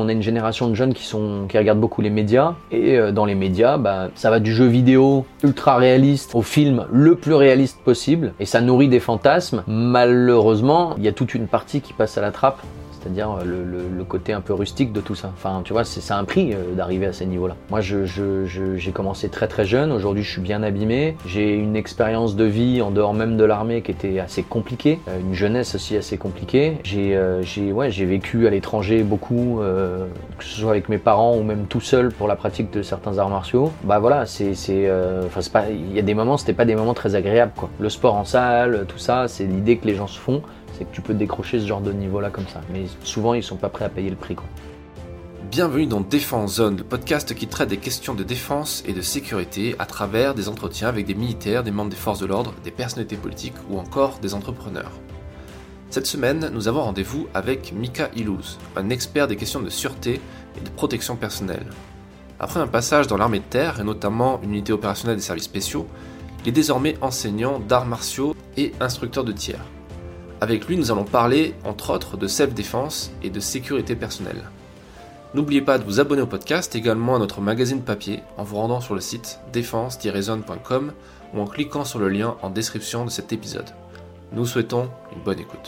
on a une génération de jeunes qui regardent beaucoup les médias. Et dans les médias, ça va du jeu vidéo ultra réaliste au film le plus réaliste possible. Et ça nourrit des fantasmes. Malheureusement, il y a toute une partie qui passe à la trappe. C'est-à-dire le côté un peu rustique de tout ça. Enfin, tu vois, c'est un prix d'arriver à ces niveaux-là. Moi, j'ai commencé très très jeune. Aujourd'hui, je suis bien abîmé. J'ai une expérience de vie en dehors même de l'armée qui était assez compliquée. Une jeunesse aussi assez compliquée. J'ai vécu à l'étranger beaucoup, que ce soit avec mes parents ou même tout seul pour la pratique de certains arts martiaux. Voilà, il y a des moments, c'était pas des moments très agréables, quoi. Le sport en salle, tout ça, c'est l'idée que les gens se font. C'est que tu peux décrocher ce genre de niveau-là comme ça. Mais souvent, ils sont pas prêts à payer le prix, quoi. Bienvenue dans Défense Zone, le podcast qui traite des questions de défense et de sécurité à travers des entretiens avec des militaires, des membres des forces de l'ordre, des personnalités politiques ou encore des entrepreneurs. Cette semaine, nous avons rendez-vous avec Mika Ilouz, un expert des questions de sûreté et de protection personnelle. Après un passage dans l'armée de terre et notamment une unité opérationnelle des services spéciaux, il est désormais enseignant d'arts martiaux et instructeur de tir. Avec lui, nous allons parler, entre autres, de self-défense et de sécurité personnelle. N'oubliez pas de vous abonner au podcast, également à notre magazine papier, en vous rendant sur le site défense-zone.com ou en cliquant sur le lien en description de cet épisode. Nous souhaitons une bonne écoute.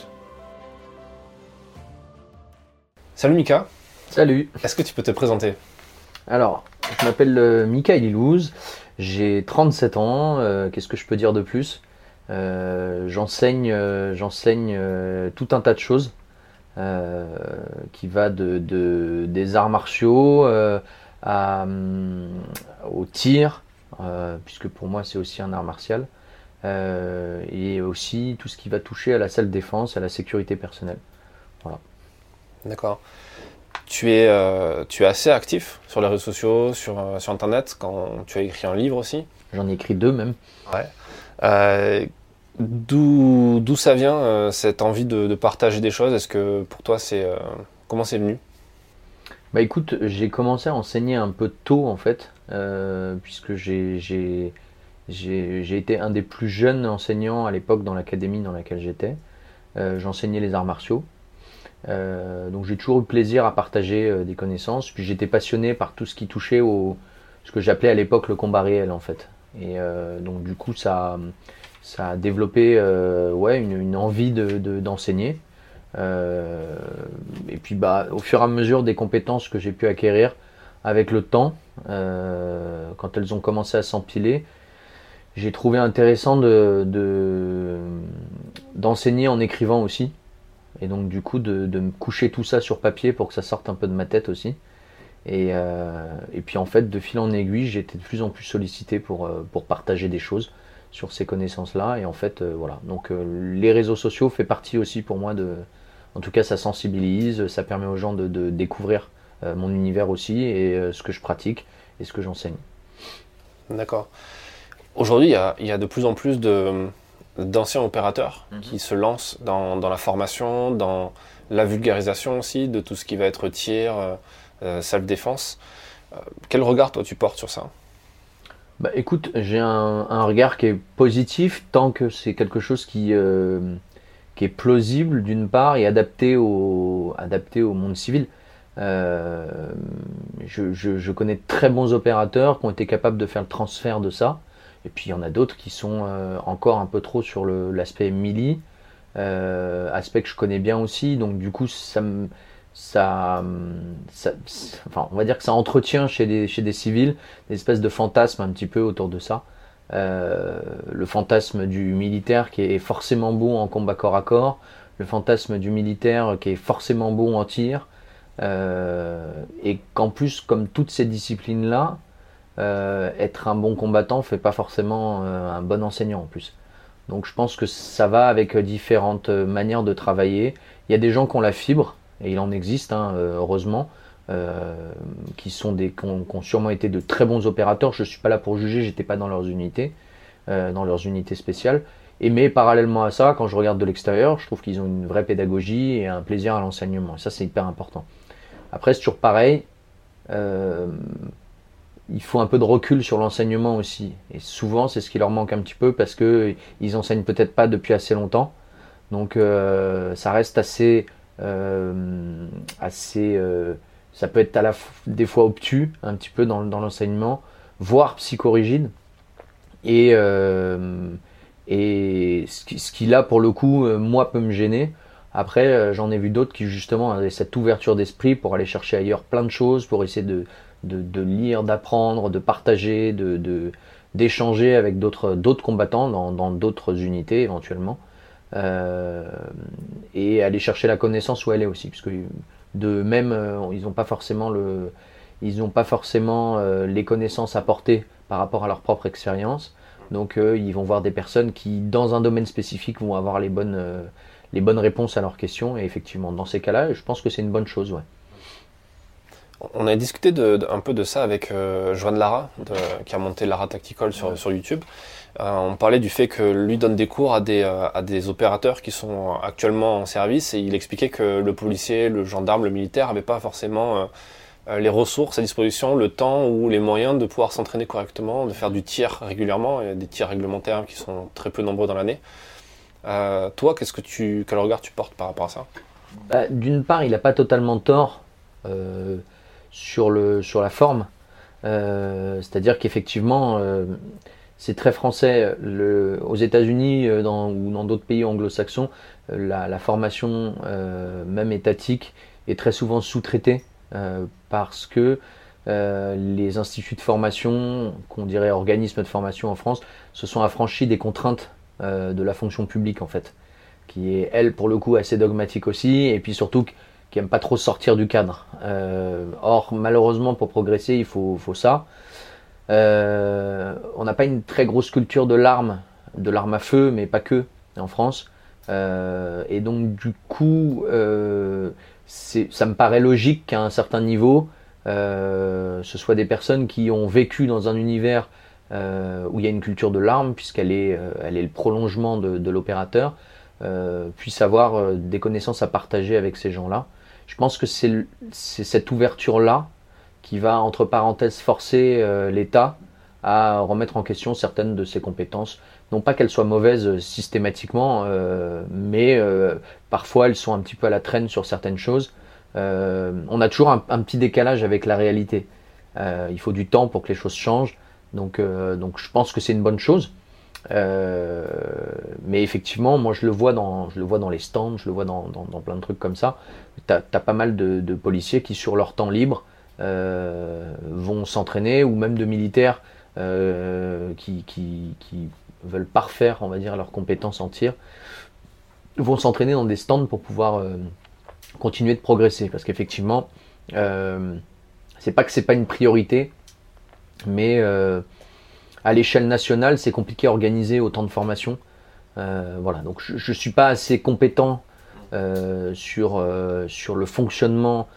Salut Mika. Salut. Est-ce que tu peux te présenter ? Alors, je m'appelle Mika Ilouz, j'ai 37 ans, qu'est-ce que je peux dire de plus ? J'enseigne tout un tas de choses qui va des arts martiaux au tir, puisque pour moi c'est aussi un art martial, et aussi tout ce qui va toucher à la self-défense, à la sécurité personnelle. Voilà. D'accord. Tu es assez actif sur les réseaux sociaux, sur internet, quand tu as écrit un livre aussi ? J'en ai écrit 2 même. Ouais. D'où ça vient cette envie de partager des choses ? Est-ce que pour toi comment c'est venu ? Écoute, j'ai commencé à enseigner un peu tôt en fait, puisque j'ai été un des plus jeunes enseignants à l'époque dans l'académie dans laquelle j'étais. J'enseignais les arts martiaux. Donc j'ai toujours eu plaisir à partager des connaissances. Puis j'étais passionné par tout ce qui touchait ce que j'appelais à l'époque le combat réel en fait. Et donc du coup ça a développé une envie d'enseigner. Et puis au fur et à mesure des compétences que j'ai pu acquérir avec le temps, quand elles ont commencé à s'empiler, j'ai trouvé intéressant d'enseigner en écrivant aussi. Et donc du coup de me coucher tout ça sur papier pour que ça sorte un peu de ma tête aussi. Et puis en fait de fil en aiguille j'ai été de plus en plus sollicité pour partager des choses sur ces connaissances-là. Et en fait voilà. Donc les réseaux sociaux fait partie aussi pour moi en tout cas ça sensibilise, ça permet aux gens de découvrir mon univers aussi et ce que je pratique et ce que j'enseigne. D'accord. Aujourd'hui il y a de plus en plus d'anciens opérateurs qui se lancent dans la formation, dans la vulgarisation aussi de tout ce qui va être tir, self-défense. Quel regard toi tu portes sur ça ? Écoute, j'ai un regard qui est positif tant que c'est quelque chose qui est plausible d'une part et adapté au monde civil. Je connais de très bons opérateurs qui ont été capables de faire le transfert de ça. Et puis il y en a d'autres qui sont encore un peu trop sur l'aspect mili, aspect que je connais bien aussi. Donc du coup, on va dire que ça entretient chez des civils des espèces de fantasmes un petit peu autour de ça. Le fantasme du militaire qui est forcément bon en combat corps à corps, le fantasme du militaire qui est forcément bon en tir, et qu'en plus, comme toutes ces disciplines-là, être un bon combattant fait pas forcément un bon enseignant en plus. Donc je pense que ça va avec différentes manières de travailler. Il y a des gens qui ont la fibre, et il en existe heureusement, qui ont sûrement été de très bons opérateurs. Je suis pas là pour juger, j'étais pas dans leurs unités spéciales. Mais parallèlement à ça, quand je regarde de l'extérieur, je trouve qu'ils ont une vraie pédagogie et un plaisir à l'enseignement. Et ça c'est hyper important. Après c'est toujours pareil. Il faut un peu de recul sur l'enseignement aussi. Et souvent, c'est ce qui leur manque un petit peu parce qu'ils enseignent peut-être pas depuis assez longtemps. Donc, ça reste assez ça peut être des fois obtus, un petit peu dans l'enseignement, voire psychorigide. Et ce qui là, pour le coup, moi, peut me gêner. Après, j'en ai vu d'autres qui, justement, avaient cette ouverture d'esprit pour aller chercher ailleurs plein de choses, pour essayer de lire, d'apprendre, de partager, d'échanger avec d'autres combattants dans d'autres unités, éventuellement. Et aller chercher la connaissance où elle est aussi. Parce que ils n'ont pas forcément les connaissances apportées par rapport à leur propre expérience. Donc ils vont voir des personnes qui, dans un domaine spécifique, vont avoir les bonnes réponses à leurs questions. Et effectivement, dans ces cas-là, je pense que c'est une bonne chose. Ouais. On a discuté un peu de ça avec Joanne Lara, qui a monté Lara Tactical sur YouTube. On parlait du fait que lui donne des cours à des opérateurs qui sont actuellement en service, et il expliquait que le policier, le gendarme, le militaire n'avaient pas forcément les ressources à disposition, le temps ou les moyens de pouvoir s'entraîner correctement, de faire du tir régulièrement. Il y a des tirs réglementaires qui sont très peu nombreux dans l'année. Toi, quel regard tu portes par rapport à ça ? D'une part, il n'a pas totalement tort sur la forme. C'est-à-dire qu'effectivement, c'est très français. Aux États-Unis ou dans d'autres pays anglo-saxons, la formation, même étatique, est très souvent sous-traitée parce que les instituts de formation, qu'on dirait organismes de formation en France, se sont affranchis des contraintes de la fonction publique, en fait, qui est, elle, pour le coup, assez dogmatique aussi, et puis surtout qui n'aime pas trop sortir du cadre. Or, malheureusement, pour progresser, il faut ça. On n'a pas une très grosse culture de l'arme à feu, mais pas que, en France. Et donc, du coup, ça me paraît logique qu'à un certain niveau, ce soit des personnes qui ont vécu dans un univers où il y a une culture de l'arme, puisqu'elle est le prolongement de l'opérateur, puissent avoir des connaissances à partager avec ces gens-là. Je pense que c'est cette ouverture-là qui va, entre parenthèses, forcer l'État à remettre en question certaines de ses compétences. Non pas qu'elles soient mauvaises systématiquement, mais parfois elles sont un petit peu à la traîne sur certaines choses. On a toujours un petit décalage avec la réalité. Il faut du temps pour que les choses changent. Donc je pense que c'est une bonne chose. Mais effectivement, moi je le vois dans les stands, je le vois dans plein de trucs comme ça. T'as pas mal de policiers qui, sur leur temps libre, vont s'entraîner, ou même de militaires qui veulent parfaire, on va dire, leurs compétences en tir, vont s'entraîner dans des stands pour pouvoir continuer de progresser. Parce qu'effectivement, c'est pas que c'est pas une priorité, mais à l'échelle nationale, c'est compliqué à organiser autant de formations. Voilà, donc je suis pas assez compétent sur le fonctionnement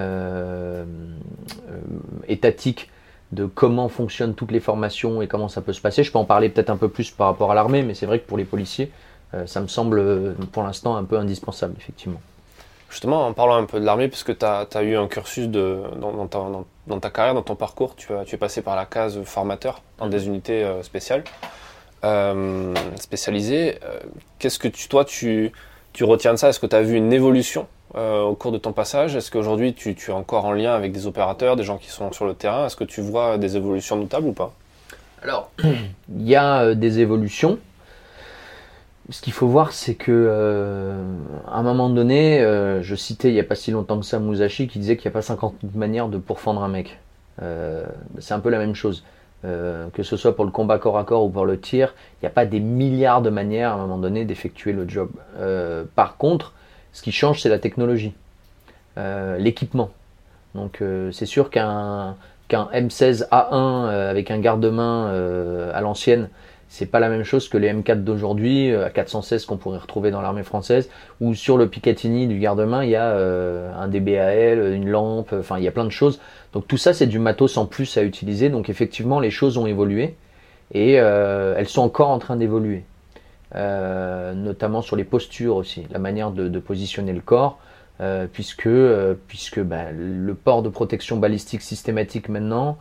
étatique de comment fonctionnent toutes les formations et comment ça peut se passer. Je peux en parler peut-être un peu plus par rapport à l'armée, mais c'est vrai que pour les policiers, ça me semble pour l'instant un peu indispensable, effectivement. Justement, en parlant un peu de l'armée, puisque tu as eu un cursus dans ta carrière, dans ton parcours, tu es passé par la case formateur dans des unités spéciales, spécialisées. Qu'est-ce que toi, tu retiens de ça ? Est-ce que tu as vu une évolution au cours de ton passage ? Est-ce qu'aujourd'hui, tu es encore en lien avec des opérateurs, des gens qui sont sur le terrain ? Est-ce que tu vois des évolutions notables ou pas ? Alors, il y a des évolutions. Ce qu'il faut voir, c'est que à un moment donné, je citais il n'y a pas si longtemps que ça Musashi qui disait qu'il n'y a pas 50 manières de pourfendre un mec. C'est un peu la même chose. Que ce soit pour le combat corps à corps ou pour le tir, il n'y a pas des milliards de manières à un moment donné d'effectuer le job. Par contre, ce qui change, c'est la technologie, l'équipement. Donc c'est sûr qu'un M16A1 avec un garde-main à l'ancienne, c'est pas la même chose que les M4 d'aujourd'hui, à 416 qu'on pourrait retrouver dans l'armée française, ou sur le Picatinny du garde-main, il y a un DBAL, une lampe, enfin il y a plein de choses. Donc tout ça, c'est du matos en plus à utiliser. Donc effectivement, les choses ont évolué et elles sont encore en train d'évoluer. Notamment sur les postures aussi, la manière de positionner le corps, puisque le port de protection balistique systématique maintenant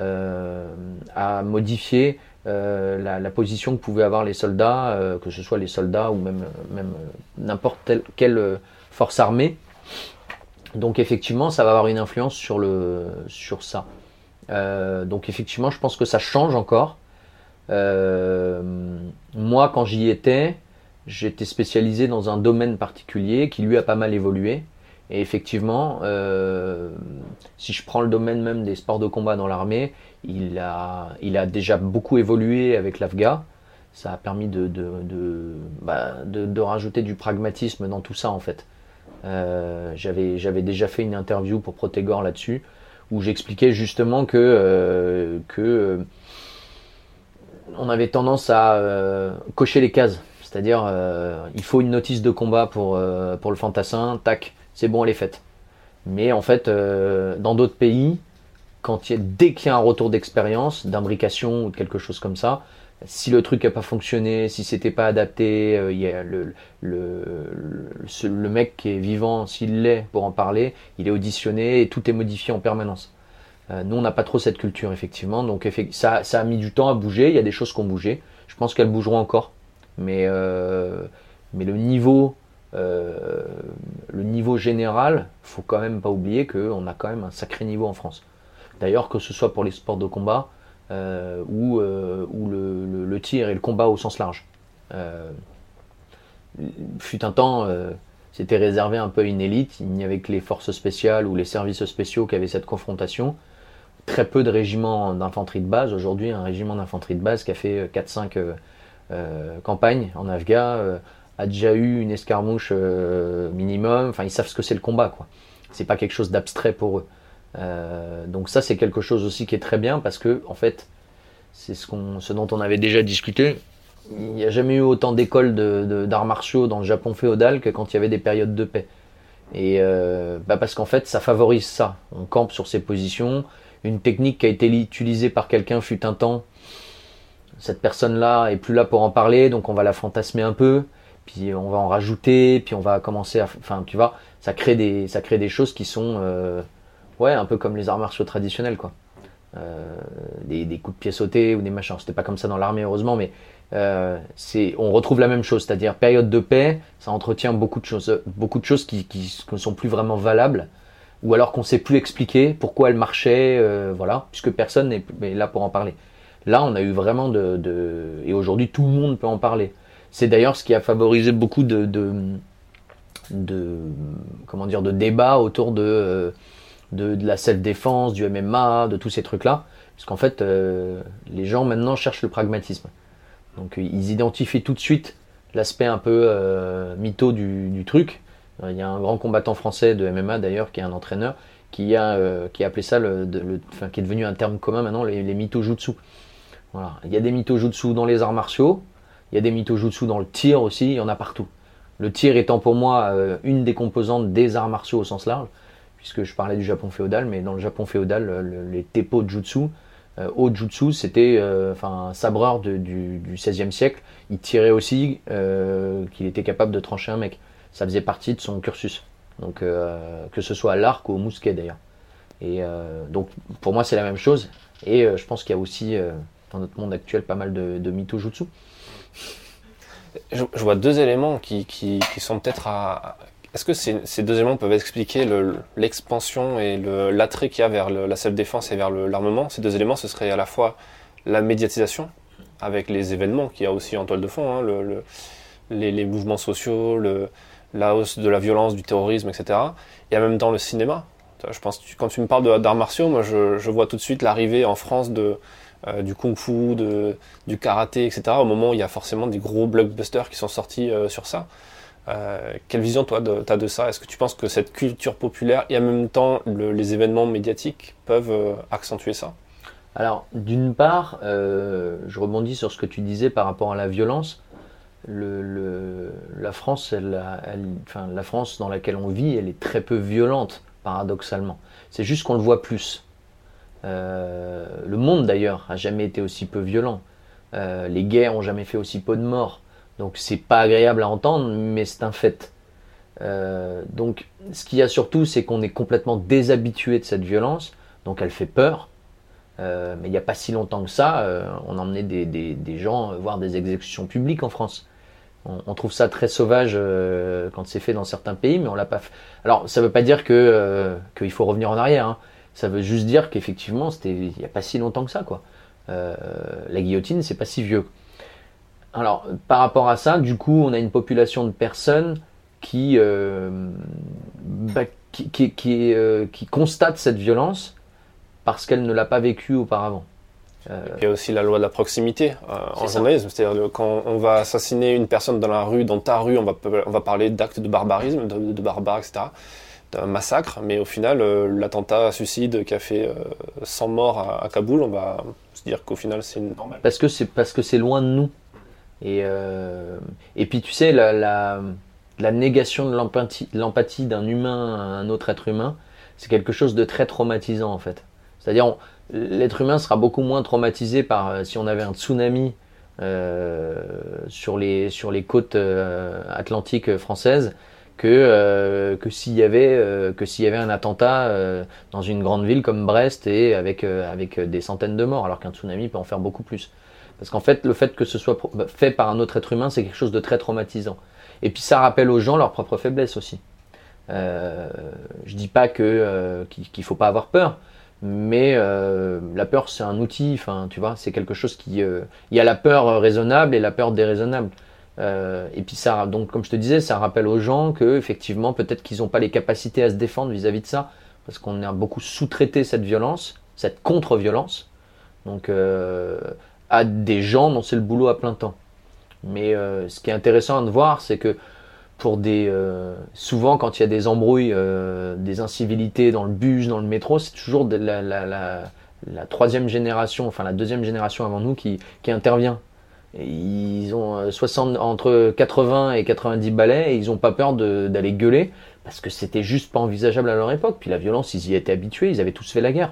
a modifié la position que pouvaient avoir les soldats, que ce soit les soldats ou même n'importe quelle force armée. Donc effectivement, ça va avoir une influence sur ça. Donc effectivement, je pense que ça change encore. Moi, quand j'y étais, j'étais spécialisé dans un domaine particulier qui lui a pas mal évolué. Et effectivement, si je prends le domaine même des sports de combat dans l'armée, il a déjà beaucoup évolué avec l'AFGA. Ça a permis de rajouter du pragmatisme dans tout ça en fait. J'avais déjà fait une interview pour Protégor là-dessus, où j'expliquais justement que on avait tendance à cocher les cases. C'est-à-dire, il faut une notice de combat pour le fantassin, tac, c'est bon, elle est faite. Mais en fait, dans d'autres pays, dès qu'il y a un retour d'expérience, d'imbrication ou de quelque chose comme ça, si le truc n'a pas fonctionné, si c'était pas adapté, il y a le mec qui est vivant, s'il l'est pour en parler, il est auditionné et tout est modifié en permanence. Nous, on n'a pas trop cette culture, effectivement. Donc, ça a mis du temps à bouger. Il y a des choses qui ont bougé. Je pense qu'elles bougeront encore. Mais le niveau général, faut quand même pas oublier qu'on a quand même un sacré niveau en France. D'ailleurs, que ce soit pour les sports de combat ou le tir et le combat au sens large. Fut un temps, c'était réservé un peu à une élite. Il n'y avait que les forces spéciales ou les services spéciaux qui avaient cette confrontation. Très peu de régiments d'infanterie de base. Aujourd'hui, un régiment d'infanterie de base qui a fait 4-5 campagnes en Afgha a déjà eu une escarmouche minimum. Enfin, ils savent ce que c'est le combat, quoi. C'est pas quelque chose d'abstrait pour eux. Donc ça, c'est quelque chose aussi qui est très bien parce que, en fait, c'est ce dont on avait déjà discuté. Il n'y a jamais eu autant d'écoles d'arts martiaux dans le Japon féodal que quand il y avait des périodes de paix. Et parce qu'en fait, ça favorise ça. On campe sur ses positions. Une technique qui a été utilisée par quelqu'un fut un temps. Cette personne-là est plus là pour en parler, donc on va la fantasmer un peu, puis on va en rajouter, puis on va commencer à, enfin, tu vois, ça crée des choses qui sont, un peu comme les arts martiaux traditionnels, quoi. Des coups de pied sautés ou des machins. C'était pas comme ça dans l'armée, heureusement, mais on retrouve la même chose, c'est-à-dire période de paix, ça entretient beaucoup de choses qui ne sont plus vraiment valables, ou alors qu'on ne sait plus expliquer pourquoi elles marchaient, puisque personne n'est là pour en parler. Là, on a eu vraiment et aujourd'hui tout le monde peut en parler. C'est d'ailleurs ce qui a favorisé beaucoup de débats autour de la self-défense, du MMA, de tous ces trucs-là, parce qu'en fait, les gens maintenant cherchent le pragmatisme. Donc ils identifient tout de suite l'aspect un peu mytho du truc. Il y a un grand combattant français de MMA d'ailleurs, qui est un entraîneur, qui a appelé ça, qui est devenu un terme commun maintenant, les mythojutsu. Voilà. Il y a des mythojutsu dans les arts martiaux, il y a des mythojutsu dans le tir aussi, il y en a partout. Le tir étant pour moi une des composantes des arts martiaux au sens large, puisque je parlais du Japon féodal, mais dans le Japon féodal, les teppo jutsu, Ojutsu, c'était un sabreur du XVIe siècle. Il tirait aussi qu'il était capable de trancher un mec. Ça faisait partie de son cursus. Donc que ce soit à l'arc ou au mousquet d'ailleurs. Et donc pour moi c'est la même chose. Et je pense qu'il y a aussi dans notre monde actuel pas mal de mythojutsu. Je vois deux éléments qui sont peut-être à... Est-ce que ces deux éléments peuvent expliquer l'expansion et l'attrait qu'il y a vers la self-défense et vers l'armement? Ces deux éléments, ce serait à la fois la médiatisation, avec les événements qu'il y a aussi en toile de fond, hein, les mouvements sociaux, la hausse de la violence, du terrorisme, etc. Et en même temps le cinéma. Je pense, quand tu me parles d'arts martiaux, moi je vois tout de suite l'arrivée en France du kung-fu, du karaté, etc. Au moment où il y a forcément des gros blockbusters qui sont sortis sur ça. Quelle vision toi t'as de ça? Est-ce que tu penses que cette culture populaire et en même temps les événements médiatiques peuvent accentuer ça? Alors d'une part, je rebondis sur ce que tu disais par rapport à la violence. La France, la France dans laquelle on vit, elle est très peu violente, paradoxalement. C'est juste qu'on le voit plus. Le monde d'ailleurs a jamais été aussi peu violent. Les guerres ont jamais fait aussi peu de morts. Donc c'est pas agréable à entendre, mais c'est un fait. Donc ce qu'il y a surtout, c'est qu'on est complètement déshabitué de cette violence, donc elle fait peur. Mais il n'y a pas si longtemps que ça, on emmenait des gens voir des exécutions publiques en France. On trouve ça très sauvage quand c'est fait dans certains pays, mais on l'a pas fait. Alors, ça veut pas dire qu'il faut revenir en arrière. Hein. Ça veut juste dire qu'effectivement, c'était il n'y a pas si longtemps que ça, quoi. La guillotine, c'est pas si vieux. Alors, par rapport à ça, du coup, on a une population de personnes qui constatent cette violence parce qu'elle ne l'a pas vécue auparavant. Il y a aussi la loi de la proximité en journalisme, c'est-à-dire quand on va assassiner une personne dans la rue, dans ta rue, on va parler d'actes de barbarisme, de barbares, etc., d'un massacre, mais au final, l'attentat suicide qui a fait 100 morts à Kaboul, on va se dire qu'au final, c'est normal. Parce que c'est loin de nous. Et puis tu sais, la négation de l'empathie d'un humain à un autre être humain, c'est quelque chose de très traumatisant en fait. C'est-à-dire, l'être humain sera beaucoup moins traumatisé par si on avait un tsunami sur les côtes atlantiques françaises que s'il y avait un attentat dans une grande ville comme Brest et avec des centaines de morts, alors qu'un tsunami peut en faire beaucoup plus. Parce qu'en fait, le fait que ce soit fait par un autre être humain, c'est quelque chose de très traumatisant. Et puis ça rappelle aux gens leur propre faiblesse aussi. Je dis pas qu'il faut pas avoir peur, mais la peur c'est un outil. Enfin, tu vois, c'est quelque chose qui. Il y a la peur raisonnable et la peur déraisonnable. Et puis ça, donc comme je te disais, ça rappelle aux gens que effectivement, peut-être qu'ils n'ont pas les capacités à se défendre vis-à-vis de ça, parce qu'on a beaucoup sous-traité cette violence, cette contre-violence. Donc à des gens dont c'est le boulot à plein temps. Mais ce qui est intéressant de voir, c'est que pour souvent quand il y a des embrouilles, des incivilités dans le bus, dans le métro, c'est toujours la troisième génération, enfin la deuxième génération avant nous qui intervient. Et ils ont entre 80 et 90 balais et ils n'ont pas peur d'aller gueuler parce que c'était juste pas envisageable à leur époque. Puis la violence, ils y étaient habitués, ils avaient tous fait la guerre.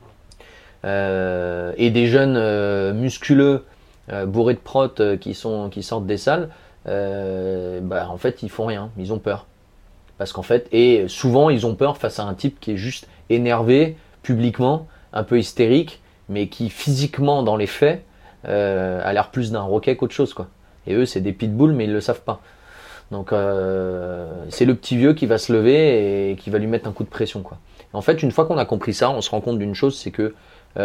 Et des jeunes musculeux bourrés de prot qui sortent des salles, en fait ils font rien, ils ont peur. Parce qu'en fait, et souvent ils ont peur face à un type qui est juste énervé publiquement, un peu hystérique, mais qui physiquement dans les faits a l'air plus d'un roquet qu'autre chose, quoi. Et eux c'est des pitbulls mais ils le savent pas. Donc c'est le petit vieux qui va se lever et qui va lui mettre un coup de pression, quoi. En fait, une fois qu'on a compris ça, on se rend compte d'une chose, c'est que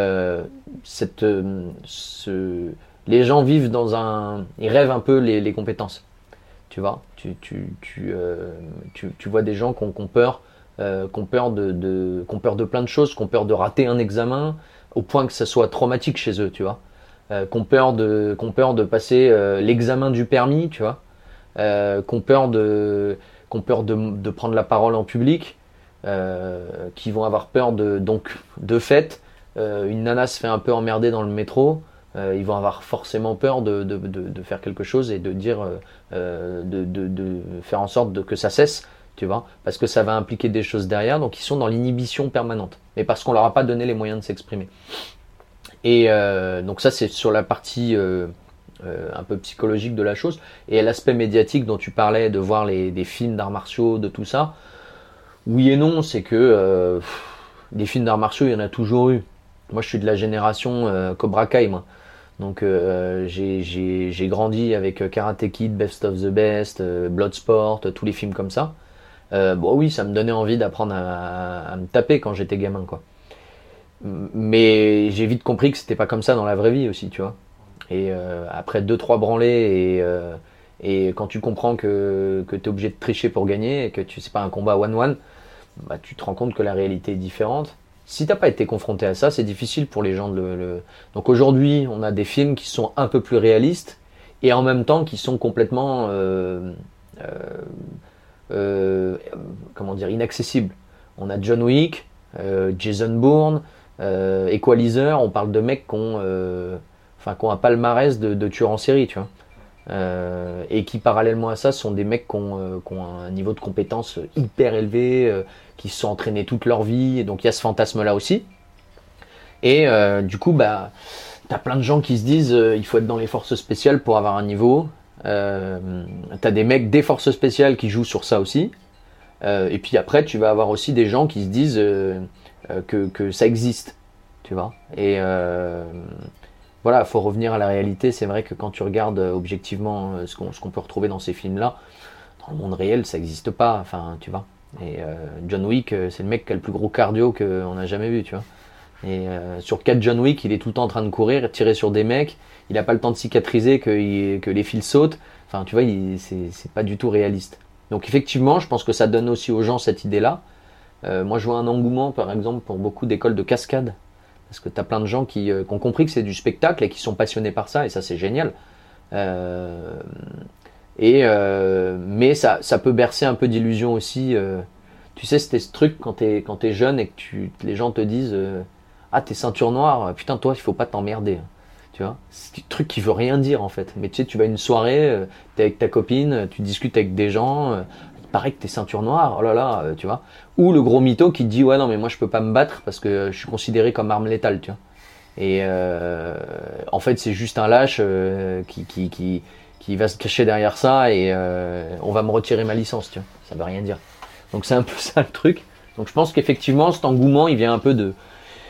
les gens vivent ils rêvent un peu les compétences. Tu vois, tu vois des gens qui ont peur, qui ont peur de plein de choses, qui ont peur de rater un examen au point que ça soit traumatique chez eux, tu vois. Qui ont peur de passer l'examen du permis, tu vois. Qui ont peur de prendre la parole en public, qui vont avoir peur de fait. Une nana se fait un peu emmerder dans le métro, ils vont avoir forcément peur de faire quelque chose et de dire de faire en sorte que ça cesse, tu vois, parce que ça va impliquer des choses derrière, donc ils sont dans l'inhibition permanente, mais parce qu'on leur a pas donné les moyens de s'exprimer. Et donc ça c'est sur la partie un peu psychologique de la chose, et l'aspect médiatique dont tu parlais, de voir des films d'arts martiaux, de tout ça, oui et non, c'est que des films d'arts martiaux il y en a toujours eu. Moi, je suis de la génération Cobra Kai, moi. Donc, j'ai grandi avec Karate Kid, Best of the Best, Bloodsport, tous les films comme ça. Oui, ça me donnait envie d'apprendre à me taper quand j'étais gamin, quoi. Mais j'ai vite compris que c'était pas comme ça dans la vraie vie aussi, tu vois. Et après 2-3 branlées et quand tu comprends que tu es obligé de tricher pour gagner et que c'est pas un combat one-one, bah, tu te rends compte que la réalité est différente. Si t'as pas été confronté à ça, c'est difficile pour les gens Donc aujourd'hui, on a des films qui sont un peu plus réalistes et en même temps qui sont complètement inaccessibles. On a John Wick, Jason Bourne, Equalizer. On parle de mecs qui ont un palmarès de tueurs en série, tu vois. Et qui parallèlement à ça sont des mecs qui ont un niveau de compétence hyper élevé, qui se sont entraînés toute leur vie, et donc il y a ce fantasme là aussi. Et du coup t'as plein de gens qui se disent il faut être dans les forces spéciales pour avoir un niveau. T'as des mecs des forces spéciales qui jouent sur ça aussi, et puis après tu vas avoir aussi des gens qui se disent que ça existe, tu vois. voilà, faut revenir à la réalité. C'est vrai que quand tu regardes objectivement ce qu'on peut retrouver dans ces films-là, dans le monde réel, ça n'existe pas. Enfin, tu vois. Et John Wick, c'est le mec qui a le plus gros cardio qu'on a jamais vu, tu vois. Et sur 4 John Wick, il est tout le temps en train de courir, tirer sur des mecs. Il n'a pas le temps de cicatriser, que les fils sautent. Enfin, tu vois, c'est pas du tout réaliste. Donc effectivement, je pense que ça donne aussi aux gens cette idée-là. Moi, je vois un engouement, par exemple, pour beaucoup d'écoles de cascade. Parce que tu as plein de gens qui ont compris que c'est du spectacle et qui sont passionnés par ça, et ça, c'est génial. Mais ça peut bercer un peu d'illusion aussi. Tu sais, c'était ce truc quand t'es jeune et que les gens te disent ah, t'es ceinture noire, putain, toi, il faut pas t'emmerder. Tu vois, c'est un truc qui veut rien dire en fait. Mais tu sais, tu vas à une soirée, t'es avec ta copine, tu discutes avec des gens, il paraît que t'es ceinture noire, oh là là, tu vois. Ou le gros mytho qui te dit ouais, non, mais moi je peux pas me battre parce que je suis considéré comme arme létale, tu vois. Et en fait, c'est juste un lâche qui va se cacher derrière ça et on va me retirer ma licence, tu vois. Ça veut rien dire. Donc c'est un peu ça le truc. Donc je pense qu'effectivement, cet engouement, il vient un peu de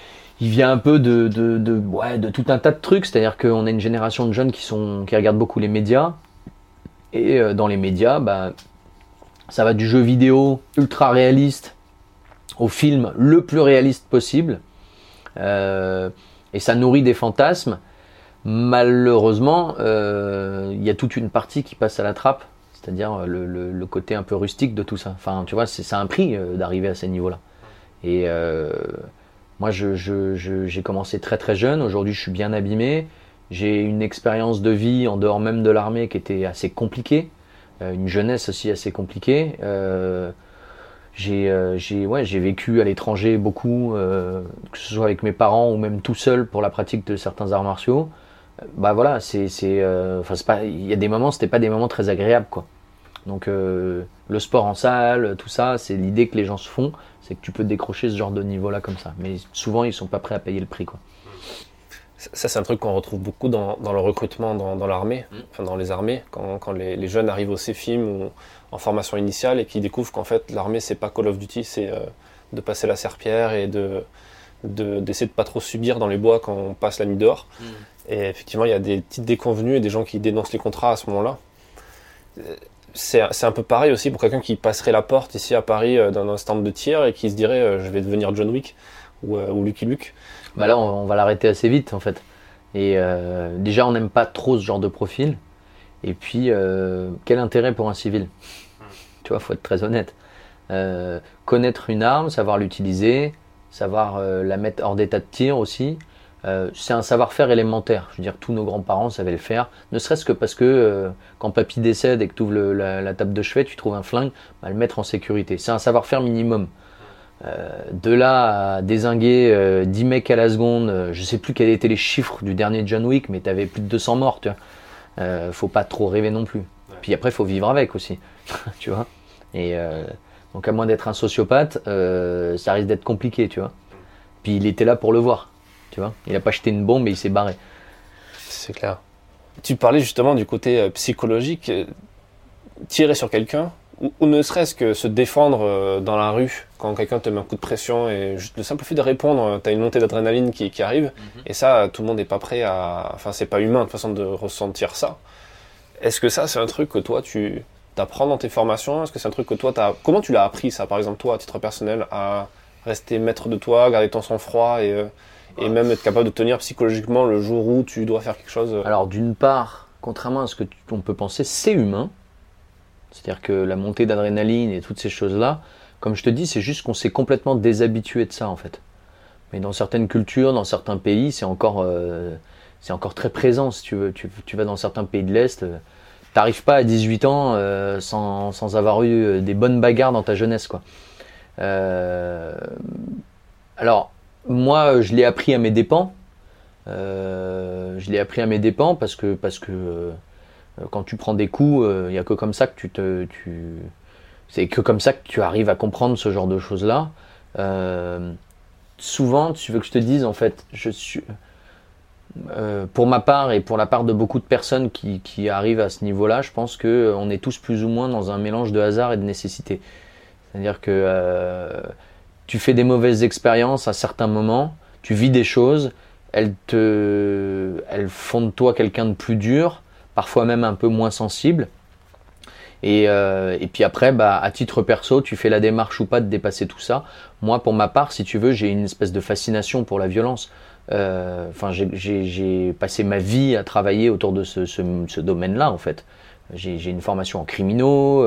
tout un tas de trucs. C'est-à-dire qu'on a une génération de jeunes qui regardent beaucoup les médias. Et dans les médias, bah, ça va du jeu vidéo ultra réaliste au film le plus réaliste possible. Et ça nourrit des fantasmes. Malheureusement, il y a toute une partie qui passe à la trappe. C'est-à-dire le côté un peu rustique de tout ça. Enfin, tu vois, c'est un prix d'arriver à ces niveaux-là. Et moi, j'ai commencé très très jeune. Aujourd'hui, je suis bien abîmé. J'ai une expérience de vie en dehors même de l'armée qui était assez compliquée. Une jeunesse aussi assez compliquée. J'ai vécu à l'étranger beaucoup, que ce soit avec mes parents ou même tout seul pour la pratique de certains arts martiaux. Bah voilà, il y a des moments, c'était pas des moments très agréables, quoi. Donc le sport en salle, tout ça, c'est l'idée que les gens se font, c'est que tu peux décrocher ce genre de niveau-là comme ça. Mais souvent, ils sont pas prêts à payer le prix, quoi. Ça, c'est un truc qu'on retrouve beaucoup dans le recrutement dans l'armée, enfin dans les armées, quand les jeunes arrivent au CEFIM ou en formation initiale et qu'ils découvrent qu'en fait l'armée c'est pas Call of Duty, c'est de passer la serpillière et d'essayer de pas trop subir dans les bois quand on passe la nuit dehors. Et effectivement, il y a des petites déconvenues et des gens qui dénoncent les contrats à ce moment-là. C'est un peu pareil aussi pour quelqu'un qui passerait la porte ici à Paris dans un stand de tir et qui se dirait je vais devenir John Wick ou Lucky Luke. Bah là, on va l'arrêter assez vite en fait. Et déjà, on n'aime pas trop ce genre de profil. Et puis, quel intérêt pour un civil? Tu vois, faut être très honnête. Connaître une arme, savoir l'utiliser, savoir la mettre hors d'état de tir aussi. C'est un savoir-faire élémentaire. Je veux dire, tous nos grands-parents savaient le faire. Ne serait-ce que parce que quand papy décède et que tu ouvres la table de chevet, tu trouves un flingue, bah, le mettre en sécurité. C'est un savoir-faire minimum. De là à dézinguer 10 mecs à la seconde, je sais plus quels étaient les chiffres du dernier John Wick, mais tu avais plus de 200 morts. Tu vois. Faut pas trop rêver non plus. Ouais. Puis après, il faut vivre avec aussi. Tu vois. Et donc, à moins d'être un sociopathe, ça risque d'être compliqué. Tu vois. Puis il était là pour le voir. Tu vois, il n'a pas jeté une bombe et il s'est barré. C'est clair. Tu parlais justement du côté psychologique. Tirer sur quelqu'un, ou ne serait-ce que se défendre dans la rue quand quelqu'un te met un coup de pression et juste le simple fait de répondre, tu as une montée d'adrénaline qui arrive. Et ça, tout le monde n'est pas prêt à... Enfin, c'est pas humain de toute façon de ressentir ça. Est-ce que ça, c'est un truc que toi, tu t'apprends dans tes formations? Est-ce que c'est un truc que toi, comment tu l'as appris ça, par exemple, toi, à titre personnel, à rester maître de toi, garder ton sang-froid et même être capable de tenir psychologiquement le jour où tu dois faire quelque chose? Alors d'une part, contrairement à ce qu'on peut penser, c'est humain. C'est-à-dire que la montée d'adrénaline et toutes ces choses-là, comme je te dis, c'est juste qu'on s'est complètement déshabitué de ça en fait. Mais dans certaines cultures, dans certains pays, c'est encore très présent si tu veux. Tu vas dans certains pays de l'Est, t'arrives pas à 18 ans sans avoir eu des bonnes bagarres dans ta jeunesse, quoi. Alors, moi, je l'ai appris à mes dépens. Parce que quand tu prends des coups, il y a que comme ça que c'est que comme ça que tu arrives à comprendre ce genre de choses-là. Souvent, tu veux que je te dise, en fait, pour ma part et pour la part de beaucoup de personnes qui arrivent à ce niveau-là, je pense que on est tous plus ou moins dans un mélange de hasard et de nécessité. C'est-à-dire que tu fais des mauvaises expériences à certains moments, tu vis des choses, elles font de toi quelqu'un de plus dur, parfois même un peu moins sensible. Et puis après, à titre perso, tu fais la démarche ou pas de dépasser tout ça. Moi, pour ma part, si tu veux, j'ai une espèce de fascination pour la violence. J'ai passé ma vie à travailler autour de ce domaine-là, en fait. J'ai une formation en criminaux,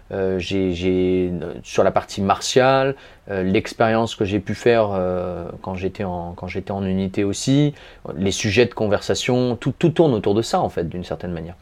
sur la partie martiale, l'expérience que j'ai pu faire quand j'étais en unité aussi, les sujets de conversation, tout tourne autour de ça, en fait, d'une certaine manière.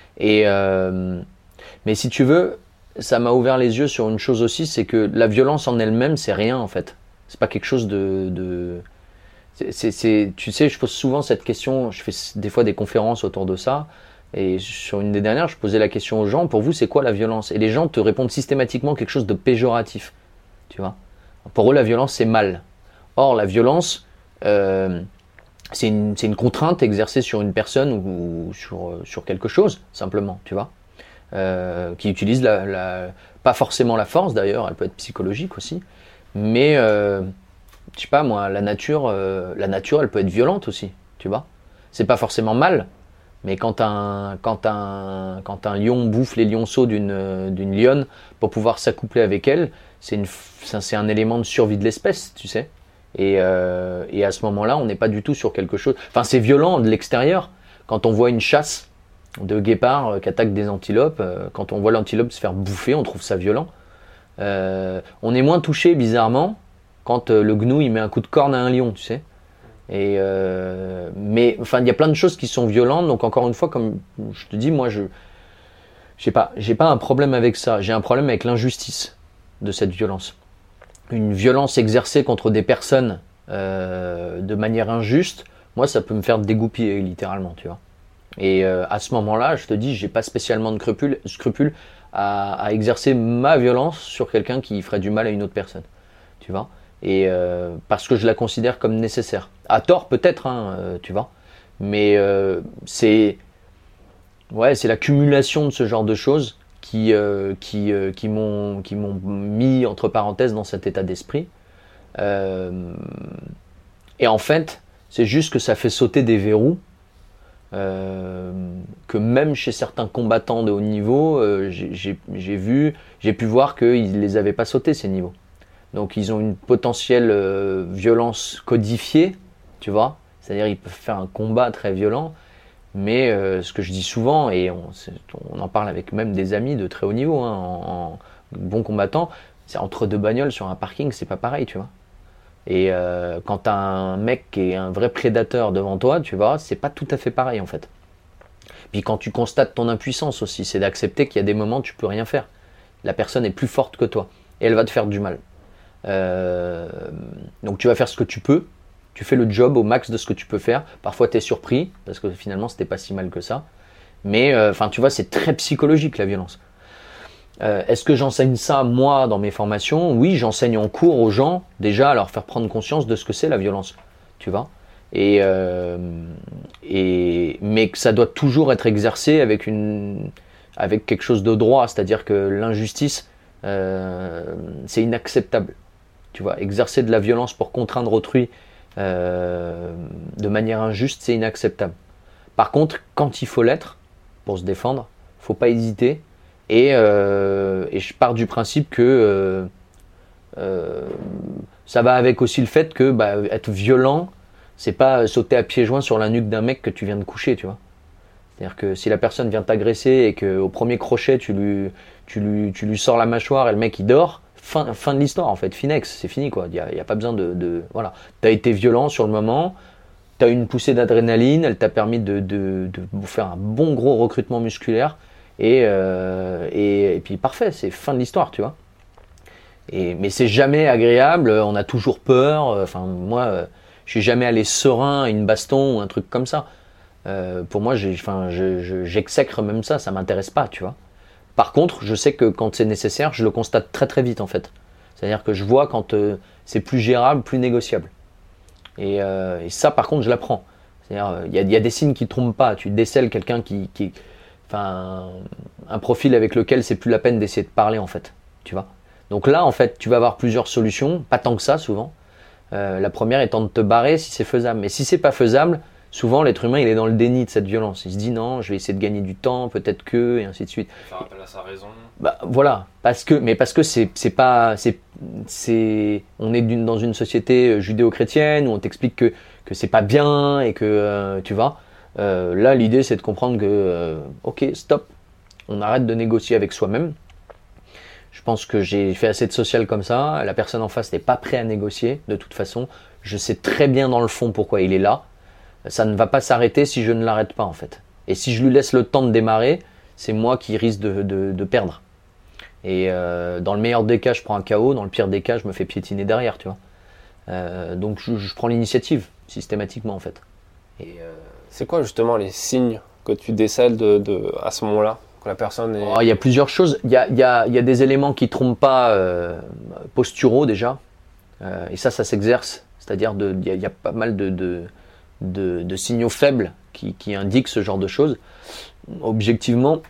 Mais si tu veux, ça m'a ouvert les yeux sur une chose aussi, c'est que la violence en elle-même, c'est rien en fait. C'est pas quelque chose tu sais, je pose souvent cette question, je fais des fois des conférences autour de ça, et sur une des dernières, je posais la question aux gens, pour vous, c'est quoi la violence? Et les gens te répondent systématiquement quelque chose de péjoratif, tu vois. Pour eux, la violence, c'est mal. Or, la violence, c'est une contrainte exercée sur une personne ou sur quelque chose, simplement, tu vois. Qui utilise pas forcément la force d'ailleurs, elle peut être psychologique aussi, mais je sais pas moi, la nature elle peut être violente aussi, tu vois. C'est pas forcément mal, mais quand un lion bouffe les lionceaux d'une lionne pour pouvoir s'accoupler avec elle, c'est un élément de survie de l'espèce, tu sais. Et à ce moment-là, on n'est pas du tout sur quelque chose. Enfin, c'est violent de l'extérieur quand on voit une chasse de guépards qui attaquent des antilopes. Quand on voit l'antilope se faire bouffer, on trouve ça violent. On est moins touché bizarrement quand le gnou il met un coup de corne à un lion, tu sais. Mais enfin, il y a plein de choses qui sont violentes. Donc encore une fois, comme je te dis, moi j'ai pas un problème avec ça. J'ai un problème avec l'injustice de cette violence. Une violence exercée contre des personnes de manière injuste, moi ça peut me faire dégoupiller littéralement, tu vois. Et à ce moment-là, je te dis, j'ai pas spécialement de scrupule à exercer ma violence sur quelqu'un qui ferait du mal à une autre personne, tu vois. Et parce que je la considère comme nécessaire. À tort peut-être, hein, tu vois. Mais c'est l'accumulation de ce genre de choses qui m'ont mis entre parenthèses dans cet état d'esprit. Et en fait, c'est juste que ça fait sauter des verrous. Que même chez certains combattants de haut niveau, j'ai pu voir qu'ils ne les avaient pas sautés ces niveaux. Donc ils ont une potentielle violence codifiée, tu vois. C'est-à-dire ils peuvent faire un combat très violent, mais ce que je dis souvent, et on en parle avec même des amis de très haut niveau, hein, en bons combattants, c'est entre deux bagnoles sur un parking, c'est pas pareil, tu vois. Et quand t'as un mec qui est un vrai prédateur devant toi, tu vois, c'est pas tout à fait pareil en fait. Puis quand tu constates ton impuissance aussi, c'est d'accepter qu'il y a des moments où tu peux rien faire. La personne est plus forte que toi et elle va te faire du mal. Donc tu vas faire ce que tu peux, tu fais le job au max de ce que tu peux faire. Parfois tu es surpris parce que finalement c'était pas si mal que ça. Mais enfin tu vois, c'est très psychologique la violence. Est-ce que j'enseigne ça moi dans mes formations? Oui, j'enseigne en cours aux gens déjà à leur faire prendre conscience de ce que c'est la violence, tu vois. Mais que ça doit toujours être exercé avec quelque chose de droit, c'est-à-dire que l'injustice c'est inacceptable, tu vois. Exercer de la violence pour contraindre autrui de manière injuste, c'est inacceptable. Par contre, quand il faut l'être pour se défendre, faut pas hésiter. Et je pars du principe que ça va avec aussi le fait que être violent, c'est pas sauter à pieds joints sur la nuque d'un mec que tu viens de coucher, tu vois. C'est-à-dire que si la personne vient t'agresser et qu'au premier crochet tu lui sors la mâchoire et le mec il dort, fin de l'histoire en fait, finex, c'est fini quoi. Il y a pas besoin de voilà. T'as été violent sur le moment, t'as eu une poussée d'adrénaline, elle t'a permis de faire un bon gros recrutement musculaire. Et puis parfait, c'est fin de l'histoire, tu vois. Mais c'est jamais agréable, on a toujours peur. Enfin, moi, je suis jamais allé serein à une baston ou un truc comme ça. Pour moi, j'exècre même ça m'intéresse pas, tu vois. Par contre, je sais que quand c'est nécessaire, je le constate très très vite en fait. C'est-à-dire que je vois quand c'est plus gérable, plus négociable. Et ça, par contre, je l'apprends. C'est-à-dire, il y a des signes qui ne trompent pas. Tu décèles quelqu'un un profil avec lequel c'est plus la peine d'essayer de parler en fait, tu vois. Donc là en fait tu vas avoir plusieurs solutions, pas tant que ça souvent. La première étant de te barrer si c'est faisable. Mais si c'est pas faisable, souvent l'être humain il est dans le déni de cette violence. Il se dit non, je vais essayer de gagner du temps, peut-être que, et ainsi de suite. Faire appel à sa raison. Bah voilà, parce que on est dans une société judéo-chrétienne où on t'explique que c'est pas bien et que tu vois. Là l'idée c'est de comprendre que ok stop, on arrête de négocier avec soi-même. Je pense que j'ai fait assez de social comme ça. La personne en face n'est pas prête à négocier de toute façon. Je sais très bien dans le fond pourquoi il est là. Ça ne va pas s'arrêter si je ne l'arrête pas en fait. Et si je lui laisse le temps de démarrer, c'est moi qui risque de perdre. Et dans le meilleur des cas, je prends un KO. Dans le pire des cas, je me fais piétiner derrière, tu vois. Donc je prends l'initiative systématiquement en fait. Et, c'est quoi justement les signes que tu décèles à ce moment-là? Que la personne est... Il y a plusieurs choses. Il y a des éléments qui ne trompent pas posturaux déjà. Et ça s'exerce. C'est-à-dire il y a pas mal de signaux faibles qui indiquent ce genre de choses. Objectivement,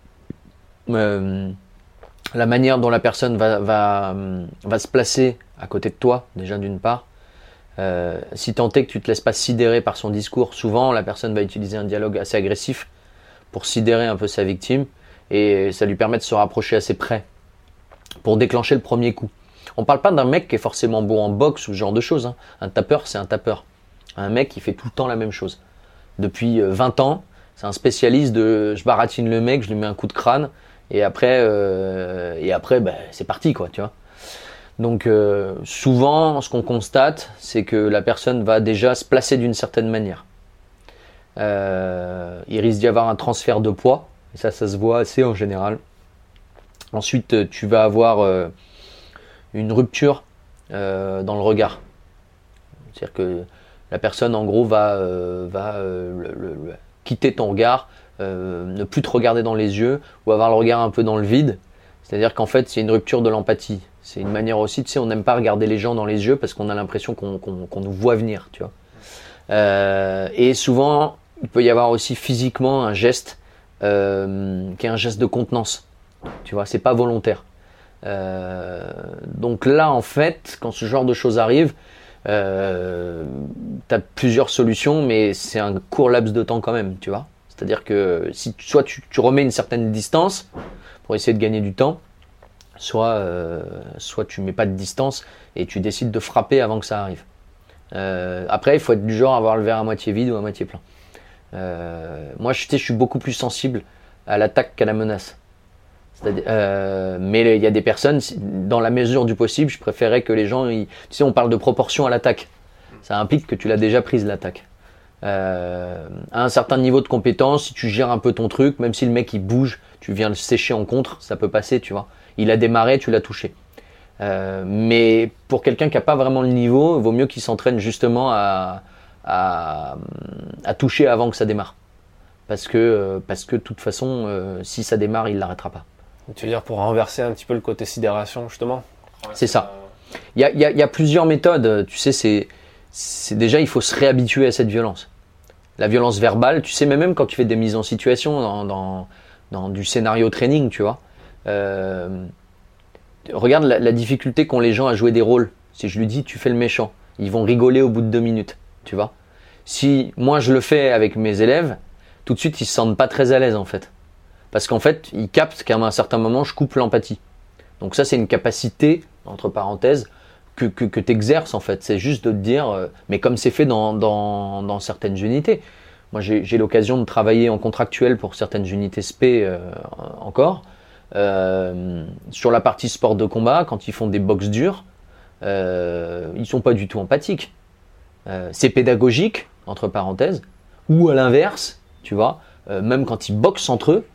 la manière dont la personne va se placer à côté de toi, déjà d'une part, si tant est que tu ne te laisses pas sidérer par son discours, souvent la personne va utiliser un dialogue assez agressif pour sidérer un peu sa victime et ça lui permet de se rapprocher assez près pour déclencher le premier coup. On ne parle pas d'un mec qui est forcément bon en boxe ou ce genre de choses. Hein. Un tapeur, c'est un tapeur. Un mec qui fait tout le temps la même chose. Depuis 20 ans, c'est un spécialiste de je baratine le mec, je lui mets un coup de crâne et après c'est parti quoi, tu vois. Donc souvent, ce qu'on constate, c'est que la personne va déjà se placer d'une certaine manière. Il risque d'y avoir un transfert de poids, et ça se voit assez en général. Ensuite, tu vas avoir une rupture dans le regard. C'est-à-dire que la personne, en gros, va quitter ton regard, ne plus te regarder dans les yeux, ou avoir le regard un peu dans le vide. C'est-à-dire qu'en fait, c'est une rupture de l'empathie. C'est une manière aussi, tu sais, on n'aime pas regarder les gens dans les yeux parce qu'on a l'impression qu'on nous voit venir, tu vois. Et souvent, il peut y avoir aussi physiquement un geste qui est un geste de contenance. Tu vois, c'est pas volontaire. Donc là, en fait, quand ce genre de choses arrive, tu as plusieurs solutions, mais c'est un court laps de temps quand même, tu vois. C'est-à-dire que si soit tu remets une certaine distance pour essayer de gagner du temps, soit tu mets pas de distance et tu décides de frapper avant que ça arrive. Après, il faut être du genre à avoir le verre à moitié vide ou à moitié plein. Moi, je suis beaucoup plus sensible à l'attaque qu'à la menace. Mais il y a des personnes, dans la mesure du possible, je préférais que les gens, tu sais, on parle de proportion à l'attaque. Ça implique que tu l'as déjà prise l'attaque. À un certain niveau de compétence, si tu gères un peu ton truc, même si le mec il bouge, tu viens le sécher en contre, ça peut passer, tu vois. Il a démarré, tu l'as touché. Mais pour quelqu'un qui n'a pas vraiment le niveau, il vaut mieux qu'il s'entraîne justement à toucher avant que ça démarre. Parce que de toute façon, si ça démarre, il ne l'arrêtera pas. Tu veux dire pour renverser un petit peu le côté sidération, justement? C'est ça. Il y a plusieurs méthodes. Tu sais, c'est déjà, il faut se réhabituer à cette violence. La violence verbale, tu sais, mais même quand tu fais des mises en situation dans du scénario training, tu vois. Regarde la difficulté qu'ont les gens à jouer des rôles. Si je lui dis, tu fais le méchant, ils vont rigoler au bout de 2 minutes, tu vois. Si moi je le fais avec mes élèves, tout de suite ils se sentent pas très à l'aise en fait. Parce qu'en fait, ils captent qu'à un certain moment, je coupe l'empathie. Donc ça, c'est une capacité, entre parenthèses, que tu exerces en fait. C'est juste de te dire, mais comme c'est fait dans certaines unités. Moi, j'ai l'occasion de travailler en contractuel pour certaines unités SP encore. Sur la partie sport de combat, quand ils font des box dures, ils sont pas du tout empathiques. C'est pédagogique, entre parenthèses, ou à l'inverse, tu vois, même quand ils boxent entre eux,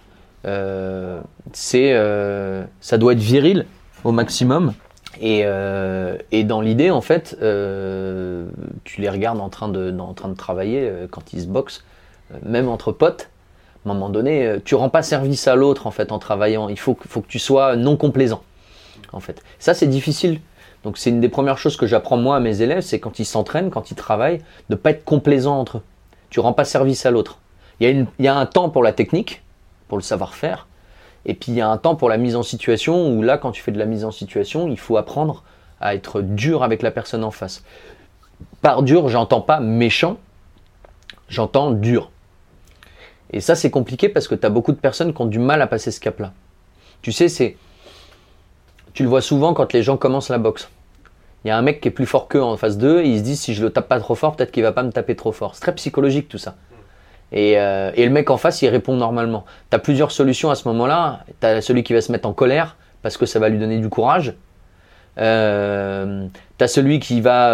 ça doit être viril au maximum. Et dans l'idée, en fait, tu les regardes en train de travailler quand ils se boxent, même entre potes. À un moment donné, tu rends pas service à l'autre en fait en travaillant. Il faut que tu sois non complaisant. En fait, ça c'est difficile. Donc c'est une des premières choses que j'apprends moi à mes élèves, c'est quand ils s'entraînent, quand ils travaillent, de pas être complaisant entre eux. Tu rends pas service à l'autre. Il y a un temps pour la technique, pour le savoir-faire, et puis il y a un temps pour la mise en situation où là, quand tu fais de la mise en situation, il faut apprendre à être dur avec la personne en face. Par dur, j'entends pas méchant, j'entends dur. Et ça, c'est compliqué parce que tu as beaucoup de personnes qui ont du mal à passer ce cap-là. Tu sais, tu le vois souvent quand les gens commencent la boxe. Il y a un mec qui est plus fort qu'eux en face d'eux, et ils se disent si je le tape pas trop fort, peut-être qu'il va pas me taper trop fort. C'est très psychologique tout ça. Et le mec en face, il répond normalement. Tu as plusieurs solutions à ce moment-là. Tu as celui qui va se mettre en colère parce que ça va lui donner du courage. Tu as celui qui va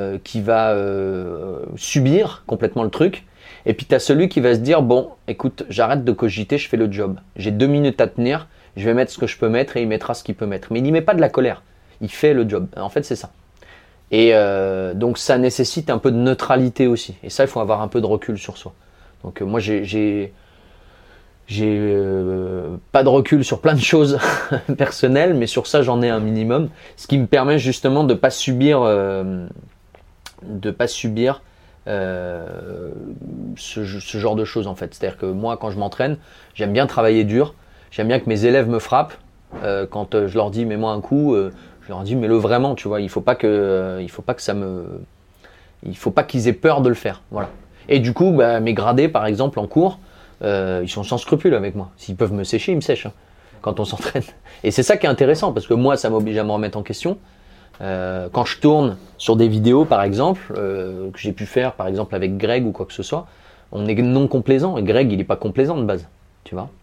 subir complètement le truc. Et puis tu as celui qui va se dire bon, écoute, j'arrête de cogiter, je fais le job. J'ai 2 minutes à tenir, je vais mettre ce que je peux mettre et il mettra ce qu'il peut mettre. Mais il n'y met pas de la colère, il fait le job. En fait, c'est ça. Et donc ça nécessite un peu de neutralité aussi. Et ça, il faut avoir un peu de recul sur soi. Donc moi, j'ai pas de recul sur plein de choses personnelles, mais sur ça, j'en ai un minimum. Ce qui me permet justement de pas subir ce genre de choses en fait. C'est-à-dire que moi, quand je m'entraîne, j'aime bien travailler dur. J'aime bien que mes élèves me frappent. Quand je leur dis mets-moi un coup, je leur dis mets-le vraiment. Tu vois, il faut pas qu'ils aient peur de le faire. Voilà. Et du coup, mes gradés, par exemple, en cours, ils sont sans scrupules avec moi. S'ils peuvent me sécher, ils me sèchent quand on s'entraîne. Et c'est ça qui est intéressant, parce que moi, ça m'oblige à me remettre en question. Quand je tourne sur des vidéos, par exemple, que j'ai pu faire, par exemple, avec Greg ou quoi que ce soit, on est non complaisant. Et Greg, il n'est pas complaisant de base, tu vois.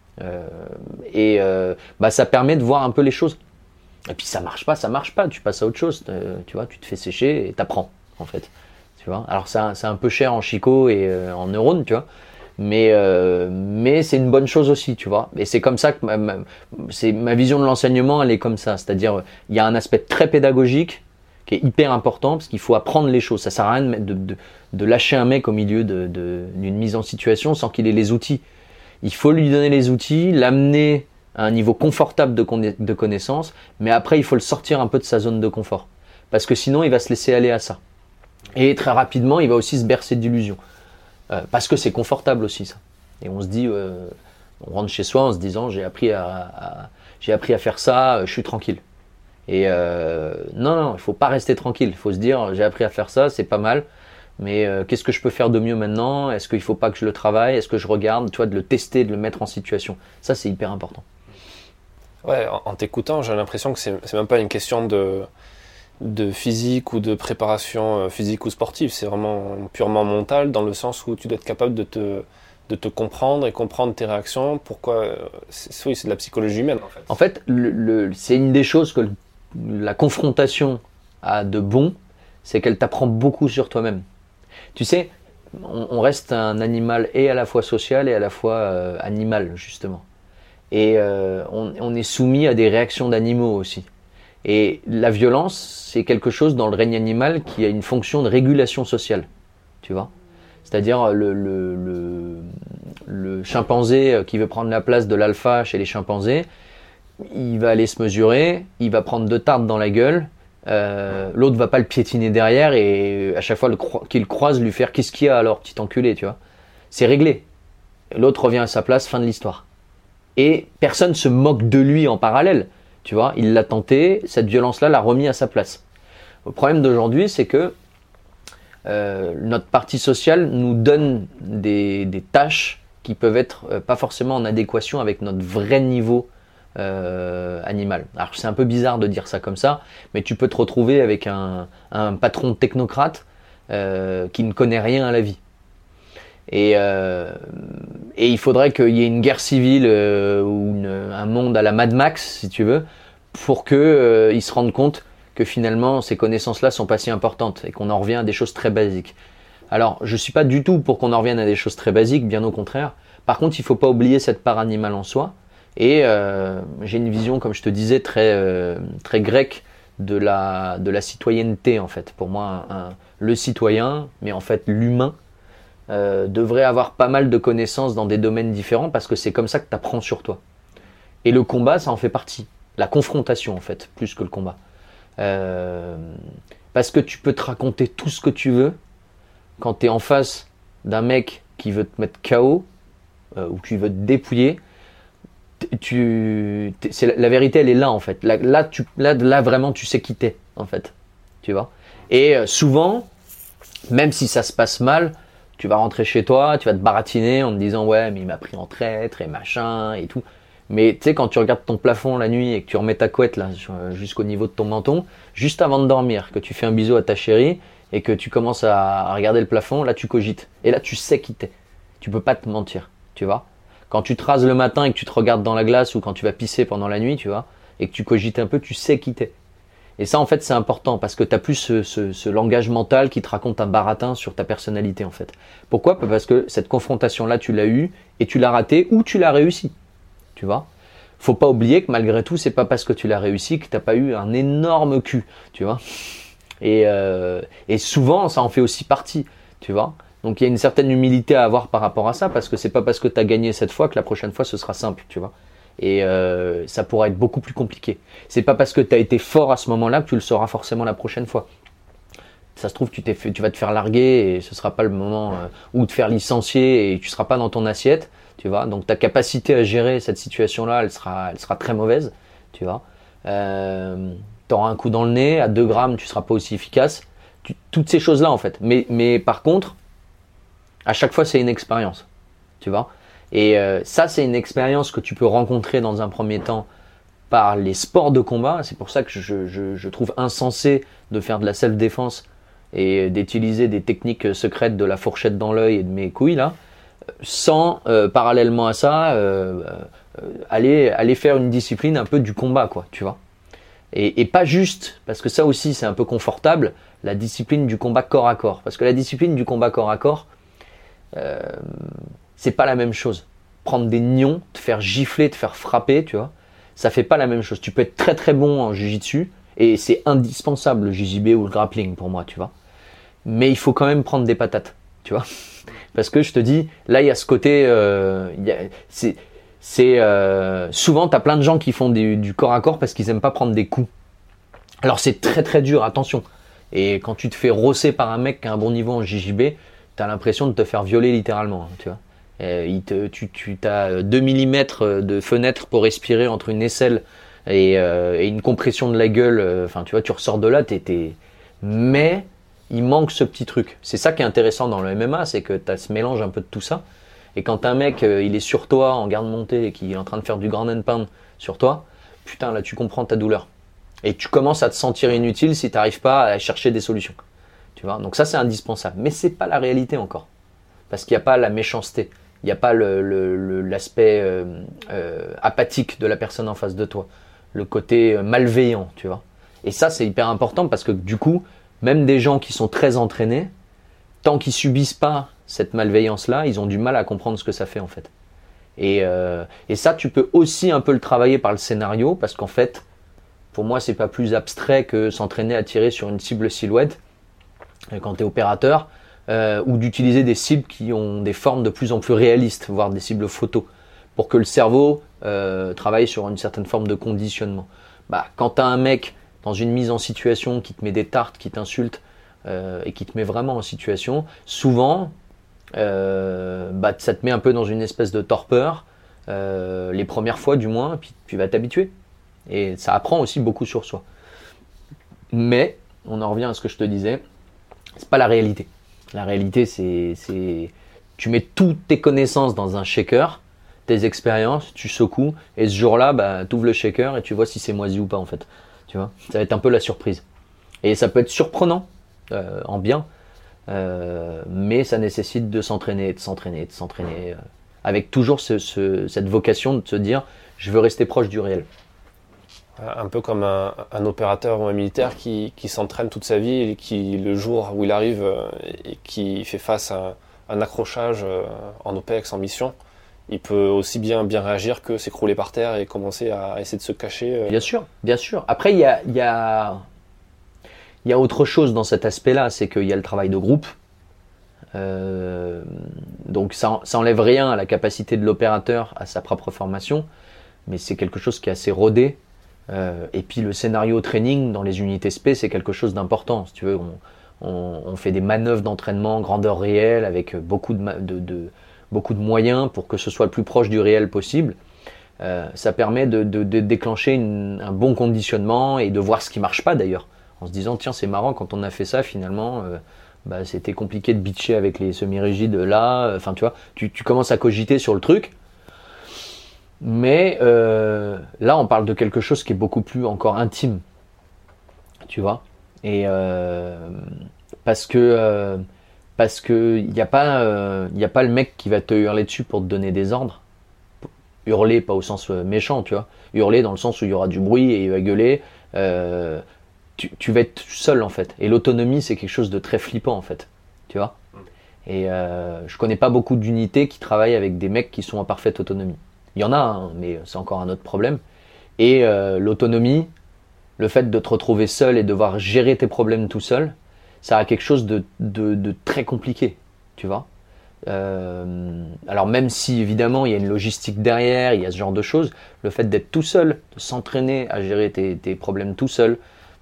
Ça permet de voir un peu les choses. Et puis ça marche pas, tu passes à autre chose. Tu vois, tu te fais sécher et t'apprends, en fait. Tu vois, alors c'est un peu cher en chico et en neurones, tu vois, mais c'est une bonne chose aussi, tu vois. Et c'est comme ça que ma vision de l'enseignement, elle est comme ça. C'est-à-dire, il y a un aspect très pédagogique qui est hyper important parce qu'il faut apprendre les choses. Ça sert à rien de lâcher un mec au milieu d'une mise en situation sans qu'il ait les outils. Il faut lui donner les outils, l'amener à un niveau confortable de connaissance, mais après, il faut le sortir un peu de sa zone de confort. Parce que sinon, il va se laisser aller à ça. Et très rapidement, il va aussi se bercer d'illusions. Parce que c'est confortable aussi, ça. Et on se dit, on rentre chez soi en se disant, j'ai appris à faire ça, je suis tranquille. Et non, il faut pas rester tranquille. Il faut se dire, j'ai appris à faire ça, c'est pas mal. Mais qu'est-ce que je peux faire de mieux maintenant? Est-ce qu'il faut pas que je le travaille? Est-ce que je regarde? Tu vois, de le tester, de le mettre en situation. Ça, c'est hyper important. Ouais, en t'écoutant, j'ai l'impression que c'est même pas une question de physique ou de préparation physique ou sportive, c'est vraiment purement mental dans le sens où tu dois être capable de te comprendre et comprendre tes réactions. Pourquoi c'est de la psychologie humaine en fait. En fait, c'est une des choses que la confrontation a de bon, c'est qu'elle t'apprend beaucoup sur toi-même. Tu sais, on reste un animal et à la fois social et à la fois animal justement. Et on est soumis à des réactions d'animaux aussi. Et la violence, c'est quelque chose dans le règne animal qui a une fonction de régulation sociale, tu vois. C'est-à-dire le chimpanzé qui veut prendre la place de l'alpha chez les chimpanzés, il va aller se mesurer, il va prendre 2 tartes dans la gueule, l'autre va pas le piétiner derrière et à chaque fois qu'il croise lui faire qu'est-ce qu'il y a alors petit enculé, tu vois. C'est réglé. L'autre revient à sa place, fin de l'histoire. Et personne se moque de lui en parallèle. Tu vois, il l'a tenté, cette violence-là l'a remis à sa place. Le problème d'aujourd'hui, c'est que notre partie sociale nous donne des tâches qui peuvent être pas forcément en adéquation avec notre vrai niveau animal. Alors c'est un peu bizarre de dire ça comme ça, mais tu peux te retrouver avec un patron technocrate qui ne connaît rien à la vie. Et il faudrait qu'il y ait une guerre civile ou un monde à la Mad Max, si tu veux, pour qu'ils se rendent compte que finalement ces connaissances-là sont pas si importantes et qu'on en revient à des choses très basiques. Alors, je suis pas du tout pour qu'on en revienne à des choses très basiques, bien au contraire. Par contre, il faut pas oublier cette part animale en soi. Et j'ai une vision, comme je te disais, très grecque de la citoyenneté en fait. Pour moi, le citoyen, mais en fait l'humain, devrait avoir pas mal de connaissances dans des domaines différents parce que c'est comme ça que tu apprends sur toi. Et le combat, ça en fait partie. La confrontation en fait, plus que le combat. Parce que tu peux te raconter tout ce que tu veux quand tu es en face d'un mec qui veut te mettre KO ou qui veut te dépouiller. La vérité, elle est là en fait. Là, vraiment, tu sais qui t'es en fait. Tu vois. Et souvent, Même si ça se passe mal, tu vas rentrer chez toi, tu vas te baratiner en te disant ouais mais il m'a pris en traître et machin et tout. Mais tu sais quand tu regardes ton plafond la nuit et que tu remets ta couette là jusqu'au niveau de ton menton, juste avant de dormir, que tu fais un bisou à ta chérie et que tu commences à regarder le plafond, là tu cogites. Et là tu sais qui t'es. Tu peux pas te mentir, tu vois. Quand tu te rases le matin et que tu te regardes dans la glace ou quand tu vas pisser pendant la nuit, tu vois, et que tu cogites un peu, tu sais qui t'es. Et ça, en fait, c'est important parce que tu n'as plus ce langage mental qui te raconte un baratin sur ta personnalité, en fait. Pourquoi ? Parce que cette confrontation-là, tu l'as eue et tu l'as ratée ou tu l'as réussi. Tu vois ? Faut pas oublier que malgré tout, c'est pas parce que tu l'as réussi que tu n'as pas eu un énorme cul. Tu vois ? Et souvent, ça en fait aussi partie. Tu vois ? Donc, il y a une certaine humilité à avoir par rapport à ça parce que c'est pas parce que tu as gagné cette fois que la prochaine fois, ce sera simple. Tu vois ? Et ça pourra être beaucoup plus compliqué. C'est pas parce que tu as été fort à ce moment-là que tu le seras forcément la prochaine fois. Ça se trouve, tu vas te faire larguer et ce sera pas le moment ou te faire licencier et tu seras pas dans ton assiette, tu vois. Donc ta capacité à gérer cette situation-là, elle sera très mauvaise, tu vois. Tu auras un coup dans le nez, à 2 grammes, tu seras pas aussi efficace. Toutes ces choses-là en fait. Mais par contre, à chaque fois, c'est une expérience, tu vois. Et ça, c'est une expérience que tu peux rencontrer dans un premier temps par les sports de combat. C'est pour ça que je trouve insensé de faire de la self-défense et d'utiliser des techniques secrètes de la fourchette dans l'œil et de mes couilles là, sans parallèlement à ça aller faire une discipline un peu du combat, quoi, tu vois. Et pas juste, parce que ça aussi c'est un peu confortable, la discipline du combat corps à corps. Parce que la discipline du combat corps à corps, c'est pas la même chose. Prendre des nions, te faire gifler, te faire frapper, tu vois, ça fait pas la même chose. Tu peux être très très bon en jiu-jitsu et c'est indispensable le JJB ou le grappling pour moi, tu vois. Mais il faut quand même prendre des patates, tu vois. Parce que je te dis, là il y a ce côté, souvent t'as plein de gens qui font du corps à corps parce qu'ils aiment pas prendre des coups. Alors c'est très très dur, attention. Et quand tu te fais rosser par un mec qui a un bon niveau en JJB, t'as l'impression de te faire violer littéralement, tu vois. Tu as 2 mm de fenêtre pour respirer entre une aisselle et une compression de la gueule. Enfin, tu vois, tu ressors de là, mais il manque ce petit truc. C'est ça qui est intéressant dans le MMA, c'est que tu as ce mélange un peu de tout ça. Et quand un mec, il est sur toi en garde montée et qu'il est en train de faire du ground and pound sur toi, putain, là, tu comprends ta douleur. Et tu commences à te sentir inutile si tu n'arrives pas à chercher des solutions. Tu vois, donc ça, c'est indispensable. Mais c'est pas la réalité encore. Parce qu'il n'y a pas la méchanceté. Il n'y a pas l'aspect apathique de la personne en face de toi. Le côté malveillant, tu vois. Et ça, c'est hyper important parce que du coup, même des gens qui sont très entraînés, tant qu'ils subissent pas cette malveillance-là, ils ont du mal à comprendre ce que ça fait en fait. Et ça, tu peux aussi un peu le travailler par le scénario parce qu'en fait, pour moi, c'est pas plus abstrait que s'entraîner à tirer sur une cible silhouette quand tu es opérateur. Ou d'utiliser des cibles qui ont des formes de plus en plus réalistes, voire des cibles photos, pour que le cerveau travaille sur une certaine forme de conditionnement. Quand tu as un mec dans une mise en situation qui te met des tartes, qui t'insulte et qui te met vraiment en situation, souvent ça te met un peu dans une espèce de torpeur, les premières fois du moins, puis tu vas t'habituer. Et ça apprend aussi beaucoup sur soi. Mais, on en revient à ce que je te disais, c'est pas la réalité. La réalité, c'est tu mets toutes tes connaissances dans un shaker, tes expériences, tu secoues, et ce jour-là, tu ouvres le shaker et tu vois si c'est moisi ou pas en fait. Tu vois, ça va être un peu la surprise. Et ça peut être surprenant, en bien, mais ça nécessite de s'entraîner, avec toujours cette vocation de se dire, je veux rester proche du réel. Un peu comme un opérateur ou un militaire qui s'entraîne toute sa vie et qui, le jour où il arrive et qui fait face à un accrochage en OPEX, en mission, il peut aussi bien réagir que s'écrouler par terre et commencer à essayer de se cacher. Bien sûr, bien sûr. Après, il y a autre chose dans cet aspect-là, c'est qu'il y a le travail de groupe. Donc ça enlève rien à la capacité de l'opérateur, à sa propre formation, mais c'est quelque chose qui est assez rodé. Et puis le scénario training dans les unités spé, c'est quelque chose d'important. Si tu veux, on fait des manœuvres d'entraînement grandeur réelle avec beaucoup de moyens pour que ce soit le plus proche du réel possible. Ça permet de déclencher un bon conditionnement et de voir ce qui marche pas d'ailleurs. En se disant tiens, c'est marrant, quand on a fait ça finalement bah, c'était compliqué de bitcher avec les semi-rigides là. Enfin, tu vois, tu commences à cogiter sur le truc. Mais là, on parle de quelque chose qui est beaucoup plus encore intime. Tu vois. Et parce que il n'y a pas le mec qui va te hurler dessus pour te donner des ordres. Hurler, pas au sens méchant, tu vois. Hurler dans le sens où il y aura du bruit et il va gueuler. Tu vas être seul en fait. Et l'autonomie, c'est quelque chose de très flippant en fait. Tu vois. Et je connais pas beaucoup d'unités qui travaillent avec des mecs qui sont en parfaite autonomie. Il y en a, hein, mais c'est encore un autre problème. Et l'autonomie, le fait de te retrouver seul et devoir gérer tes problèmes tout seul, ça a quelque chose de très compliqué, tu vois. Alors même si évidemment il y a une logistique derrière, il y a ce genre de choses, le fait d'être tout seul, de s'entraîner à gérer tes problèmes tout seul,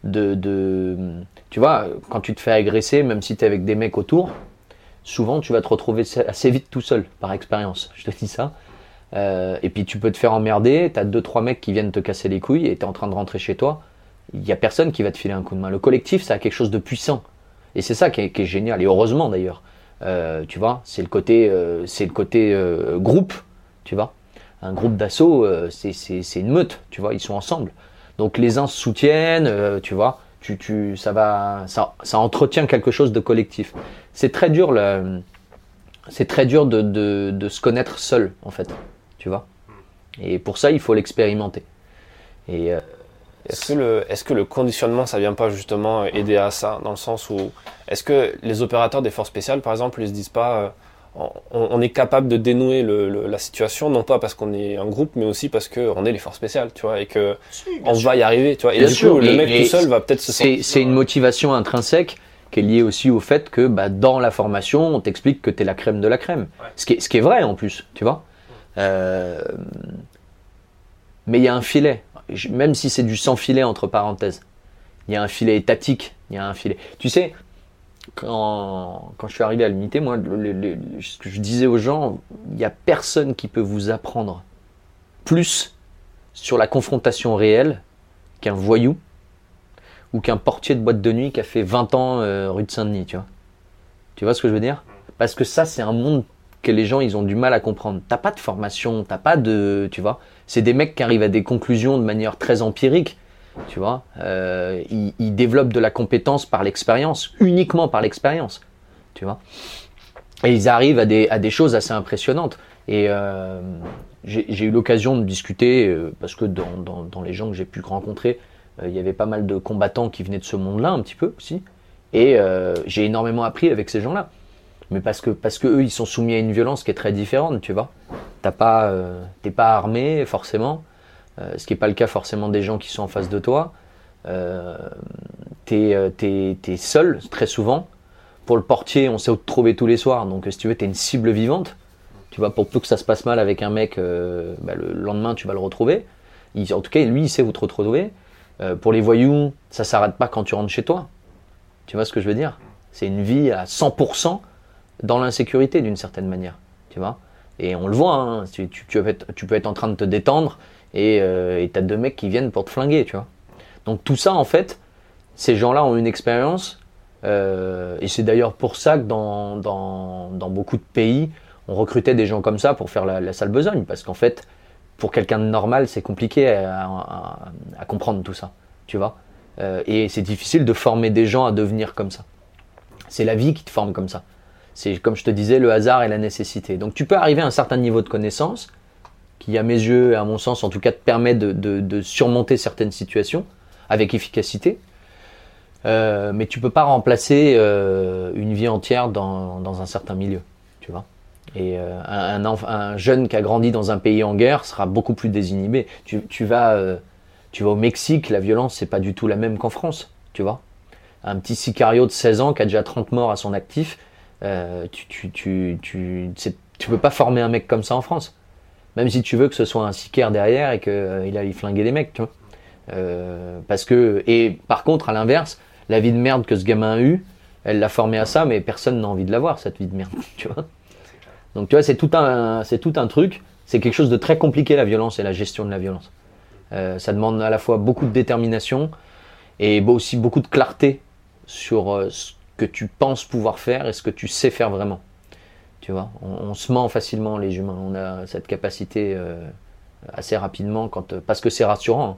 tu vois, quand tu te fais agresser, même si tu es avec des mecs autour, souvent tu vas te retrouver assez vite tout seul, par expérience, je te dis ça. Et puis tu peux te faire emmerder, t'as 2-3 mecs qui viennent te casser les couilles et t'es en train de rentrer chez toi, il y a personne qui va te filer un coup de main. Le collectif, ça a quelque chose de puissant. Et c'est ça qui est génial, et heureusement d'ailleurs. Tu vois, c'est le côté groupe, tu vois. Un groupe d'assaut, c'est une meute, tu vois, ils sont ensemble. Donc les uns se soutiennent, tu vois, ça entretient quelque chose de collectif. C'est très dur, de se connaître seul, en fait, tu vois. Et pour ça, il faut l'expérimenter. Et est-ce que le conditionnement, ça vient pas justement aider à ça, dans le sens où est-ce que les opérateurs des forces spéciales, par exemple, ils se disent pas on est capable de dénouer la situation, non pas parce qu'on est un groupe, mais aussi parce qu'on est les forces spéciales, tu vois, et que on va y arriver, tu vois. Et bien du sûr, coup, le mec tout seul va peut-être se sentir... C'est une motivation intrinsèque qui est liée aussi au fait que dans la formation, on t'explique que tu es la crème de la crème. Ouais. Ce qui est vrai en plus, tu vois. Mais il y a un filet. Même si c'est du sans filet entre parenthèses, il y a un filet étatique, il y a un filet. Tu sais, quand je suis arrivé à l'unité, moi, ce que je disais aux gens, il n'y a personne qui peut vous apprendre plus sur la confrontation réelle qu'un voyou ou qu'un portier de boîte de nuit qui a fait 20 ans rue de Saint-Denis, tu vois. Tu vois ce que je veux dire ? Parce que ça, c'est un monde que les gens, ils ont du mal à comprendre. T'as pas de formation, t'as pas de... Tu vois ? C'est des mecs qui arrivent à des conclusions de manière très empirique, tu vois. Ils développent de la compétence par l'expérience, uniquement par l'expérience, tu vois. Et ils arrivent à des choses assez impressionnantes. Et j'ai eu l'occasion de discuter, parce que dans les gens que j'ai pu rencontrer, il y avait pas mal de combattants qui venaient de ce monde-là, un petit peu aussi. Et j'ai énormément appris avec ces gens-là. Mais parce que eux, ils sont soumis à une violence qui est très différente, tu vois. T'es pas armé, forcément. Ce qui n'est pas le cas forcément des gens qui sont en face de toi. T'es seul, très souvent. Pour le portier, on sait où te trouver tous les soirs. Donc, si tu veux, t'es une cible vivante. Tu vois, pour peu que ça se passe mal avec un mec, le lendemain, tu vas le retrouver. En tout cas, lui, il sait où te retrouver. Pour les voyous, ça s'arrête pas quand tu rentres chez toi. Tu vois ce que je veux dire ? C'est une vie à 100% dans l'insécurité, d'une certaine manière. Tu vois ? Et on le voit, hein, tu peux être en train de te détendre et t'as 2 mecs qui viennent pour te flinguer, tu vois. Donc tout ça, en fait, ces gens-là ont une expérience, et c'est d'ailleurs pour ça que dans beaucoup de pays, on recrutait des gens comme ça pour faire la sale besogne, parce qu'en fait, pour quelqu'un de normal, c'est compliqué à comprendre tout ça, tu vois. Et c'est difficile de former des gens à devenir comme ça. C'est la vie qui te forme comme ça. C'est, comme je te disais, le hasard et la nécessité. Donc tu peux arriver à un certain niveau de connaissance, qui à mes yeux, et à mon sens en tout cas, te permet de surmonter certaines situations avec efficacité. Mais tu peux pas remplacer une vie entière dans un certain milieu, tu vois. Et un jeune qui a grandi dans un pays en guerre sera beaucoup plus désinhibé. Tu vas au Mexique, la violence c'est pas du tout la même qu'en France, tu vois. Un petit sicario de 16 ans qui a déjà 30 morts à son actif, tu peux pas former un mec comme ça en France. Même si tu veux que ce soit un sicaire derrière et qu'il aille flinguer des mecs, tu vois. Et par contre, à l'inverse, la vie de merde que ce gamin a eue, elle l'a formé à ça, mais personne n'a envie de l'avoir, cette vie de merde, tu vois. Donc tu vois, c'est tout un truc, c'est quelque chose de très compliqué, la violence et la gestion de la violence. Ça demande à la fois beaucoup de détermination et aussi beaucoup de clarté sur ce que tu penses pouvoir faire et ce que tu sais faire vraiment. Tu vois, on se ment facilement les humains, on a cette capacité assez rapidement parce que c'est rassurant.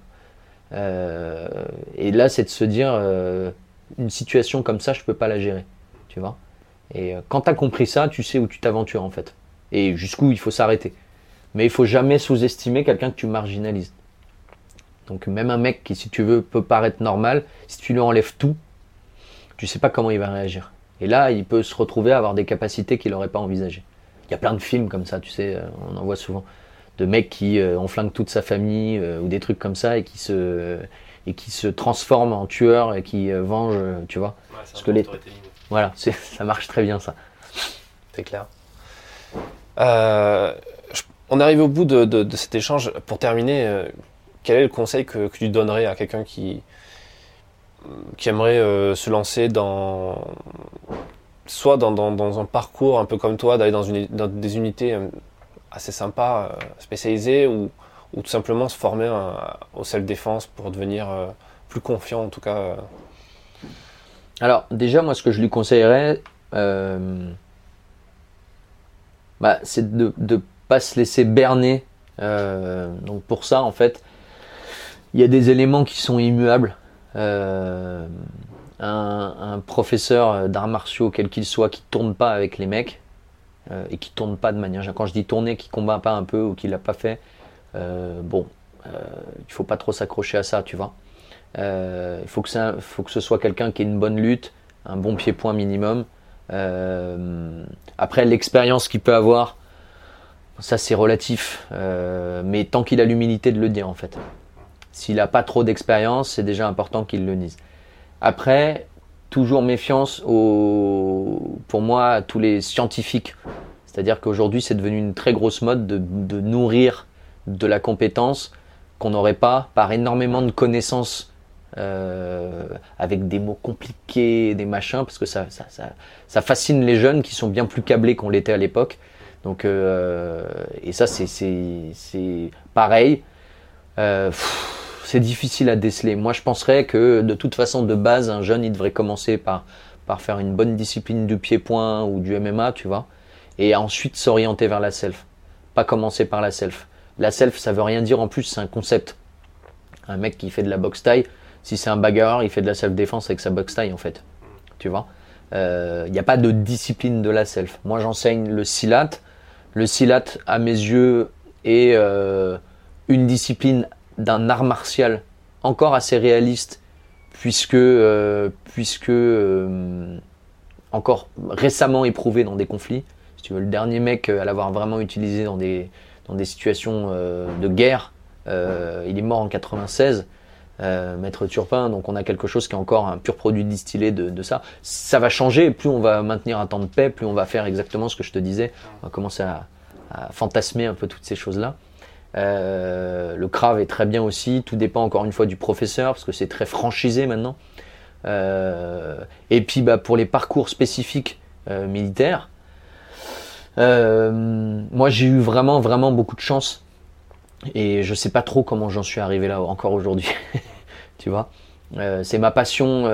Et là, c'est de se dire une situation comme ça, je peux pas la gérer. Tu vois. Et quand tu as compris ça, tu sais où tu t'aventures en fait. Et jusqu'où il faut s'arrêter. Mais il faut jamais sous-estimer quelqu'un que tu marginalises. Donc même un mec qui, si tu veux, peut paraître normal, si tu lui enlèves tout, tu sais pas comment il va réagir. Et là, il peut se retrouver à avoir des capacités qu'il n'aurait pas envisagées. Il y a plein de films comme ça, tu sais, on en voit souvent. De mecs qui enflinguent toute sa famille ou des trucs comme ça et qui se transforment en tueurs et qui vengent, tu vois. Ouais, parce que voilà, ça marche très bien ça. C'est clair. On arrive au bout de cet échange. Pour terminer, quel est le conseil que tu donnerais à quelqu'un qui aimerait se lancer soit dans un parcours un peu comme toi, d'aller dans des unités assez sympas, spécialisées, ou tout simplement se former au self-défense pour devenir plus confiant en tout cas Alors déjà, moi ce que je lui conseillerais, c'est de pas se laisser berner. Donc pour ça, en fait, il y a des éléments qui sont immuables. Un professeur d'arts martiaux, quel qu'il soit, qui tourne pas avec les mecs et qui tourne pas de manière. Quand je dis tourner, qui combat pas un peu ou qui l'a pas fait, il faut pas trop s'accrocher à ça, tu vois. Il faut que ce soit quelqu'un qui ait une bonne lutte, un bon pied-point minimum. Après, l'expérience qu'il peut avoir, ça c'est relatif, mais tant qu'il a l'humilité de le dire en fait. S'il n'a pas trop d'expérience, c'est déjà important qu'il le dise. Après, toujours méfiance pour moi, à tous les scientifiques. C'est-à-dire qu'aujourd'hui, c'est devenu une très grosse mode de nourrir de la compétence qu'on n'aurait pas par énormément de connaissances avec des mots compliqués, des machins, parce que ça fascine les jeunes qui sont bien plus câblés qu'on l'était à l'époque. Donc, et ça, c'est pareil. C'est difficile à déceler. Moi, je penserais que de toute façon, de base, un jeune, il devrait commencer par faire une bonne discipline du pied-point ou du MMA, tu vois, et ensuite s'orienter vers la self. Pas commencer par la self. La self, ça veut rien dire en plus, c'est un concept. Un mec qui fait de la boxe thaï, si c'est un bagarreur, il fait de la self-défense avec sa boxe thaï, en fait. Tu vois, n'y a pas de discipline de la self. Moi, j'enseigne le silat. Le silat, à mes yeux, est une discipline d'un art martial encore assez réaliste, puisque encore récemment éprouvé dans des conflits. Si tu veux, le dernier mec à l'avoir vraiment utilisé dans des situations de guerre, il est mort en 96, Maître Turpin. Donc on a quelque chose qui est encore un pur produit distillé de ça. Ça va changer, plus on va maintenir un temps de paix, plus on va faire exactement ce que je te disais. On va commencer à fantasmer un peu toutes ces choses-là. Le Krav est très bien aussi, tout dépend encore une fois du professeur parce que c'est très franchisé maintenant. Et puis pour les parcours spécifiques militaires, moi j'ai eu vraiment beaucoup de chance et je sais pas trop comment j'en suis arrivé là encore aujourd'hui. Tu vois, c'est ma passion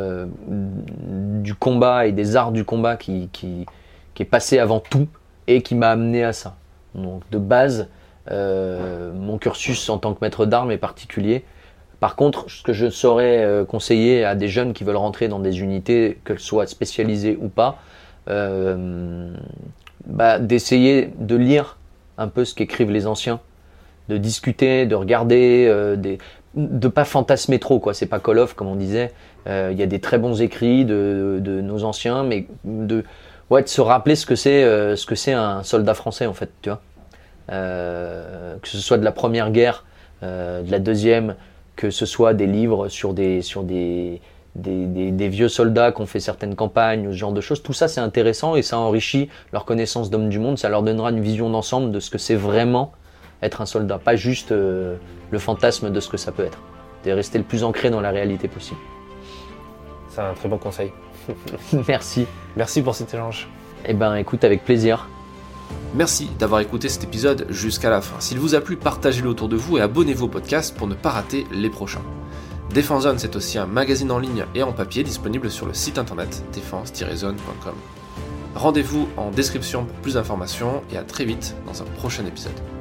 du combat et des arts du combat qui est passée avant tout et qui m'a amené à ça. Donc de base, mon cursus en tant que maître d'armes est particulier. Par contre, ce que je saurais conseiller à des jeunes qui veulent rentrer dans des unités, qu'elles soient spécialisées ou pas, d'essayer de lire un peu ce qu'écrivent les anciens, de discuter, de regarder, de pas fantasmer trop, quoi. C'est pas Call of comme on disait. Il y a des très bons écrits de nos anciens, mais de se rappeler ce que c'est un soldat français en fait, tu vois. Que ce soit de la première guerre, de la deuxième, que ce soit des livres sur des vieux soldats qui ont fait certaines campagnes, ce genre de choses, tout ça c'est intéressant et ça enrichit leur connaissance d'homme du monde, ça leur donnera une vision d'ensemble de ce que c'est vraiment être un soldat, pas juste le fantasme de ce que ça peut être, de rester le plus ancré dans la réalité possible. C'est un très bon conseil. Merci. Merci pour cet échange. Eh ben écoute, avec plaisir. Merci d'avoir écouté cet épisode jusqu'à la fin. S'il vous a plu, partagez-le autour de vous et abonnez-vous au podcast pour ne pas rater les prochains. Défense Zone, c'est aussi un magazine en ligne et en papier disponible sur le site internet défense-zone.com. Rendez-vous en description pour plus d'informations et à très vite dans un prochain épisode.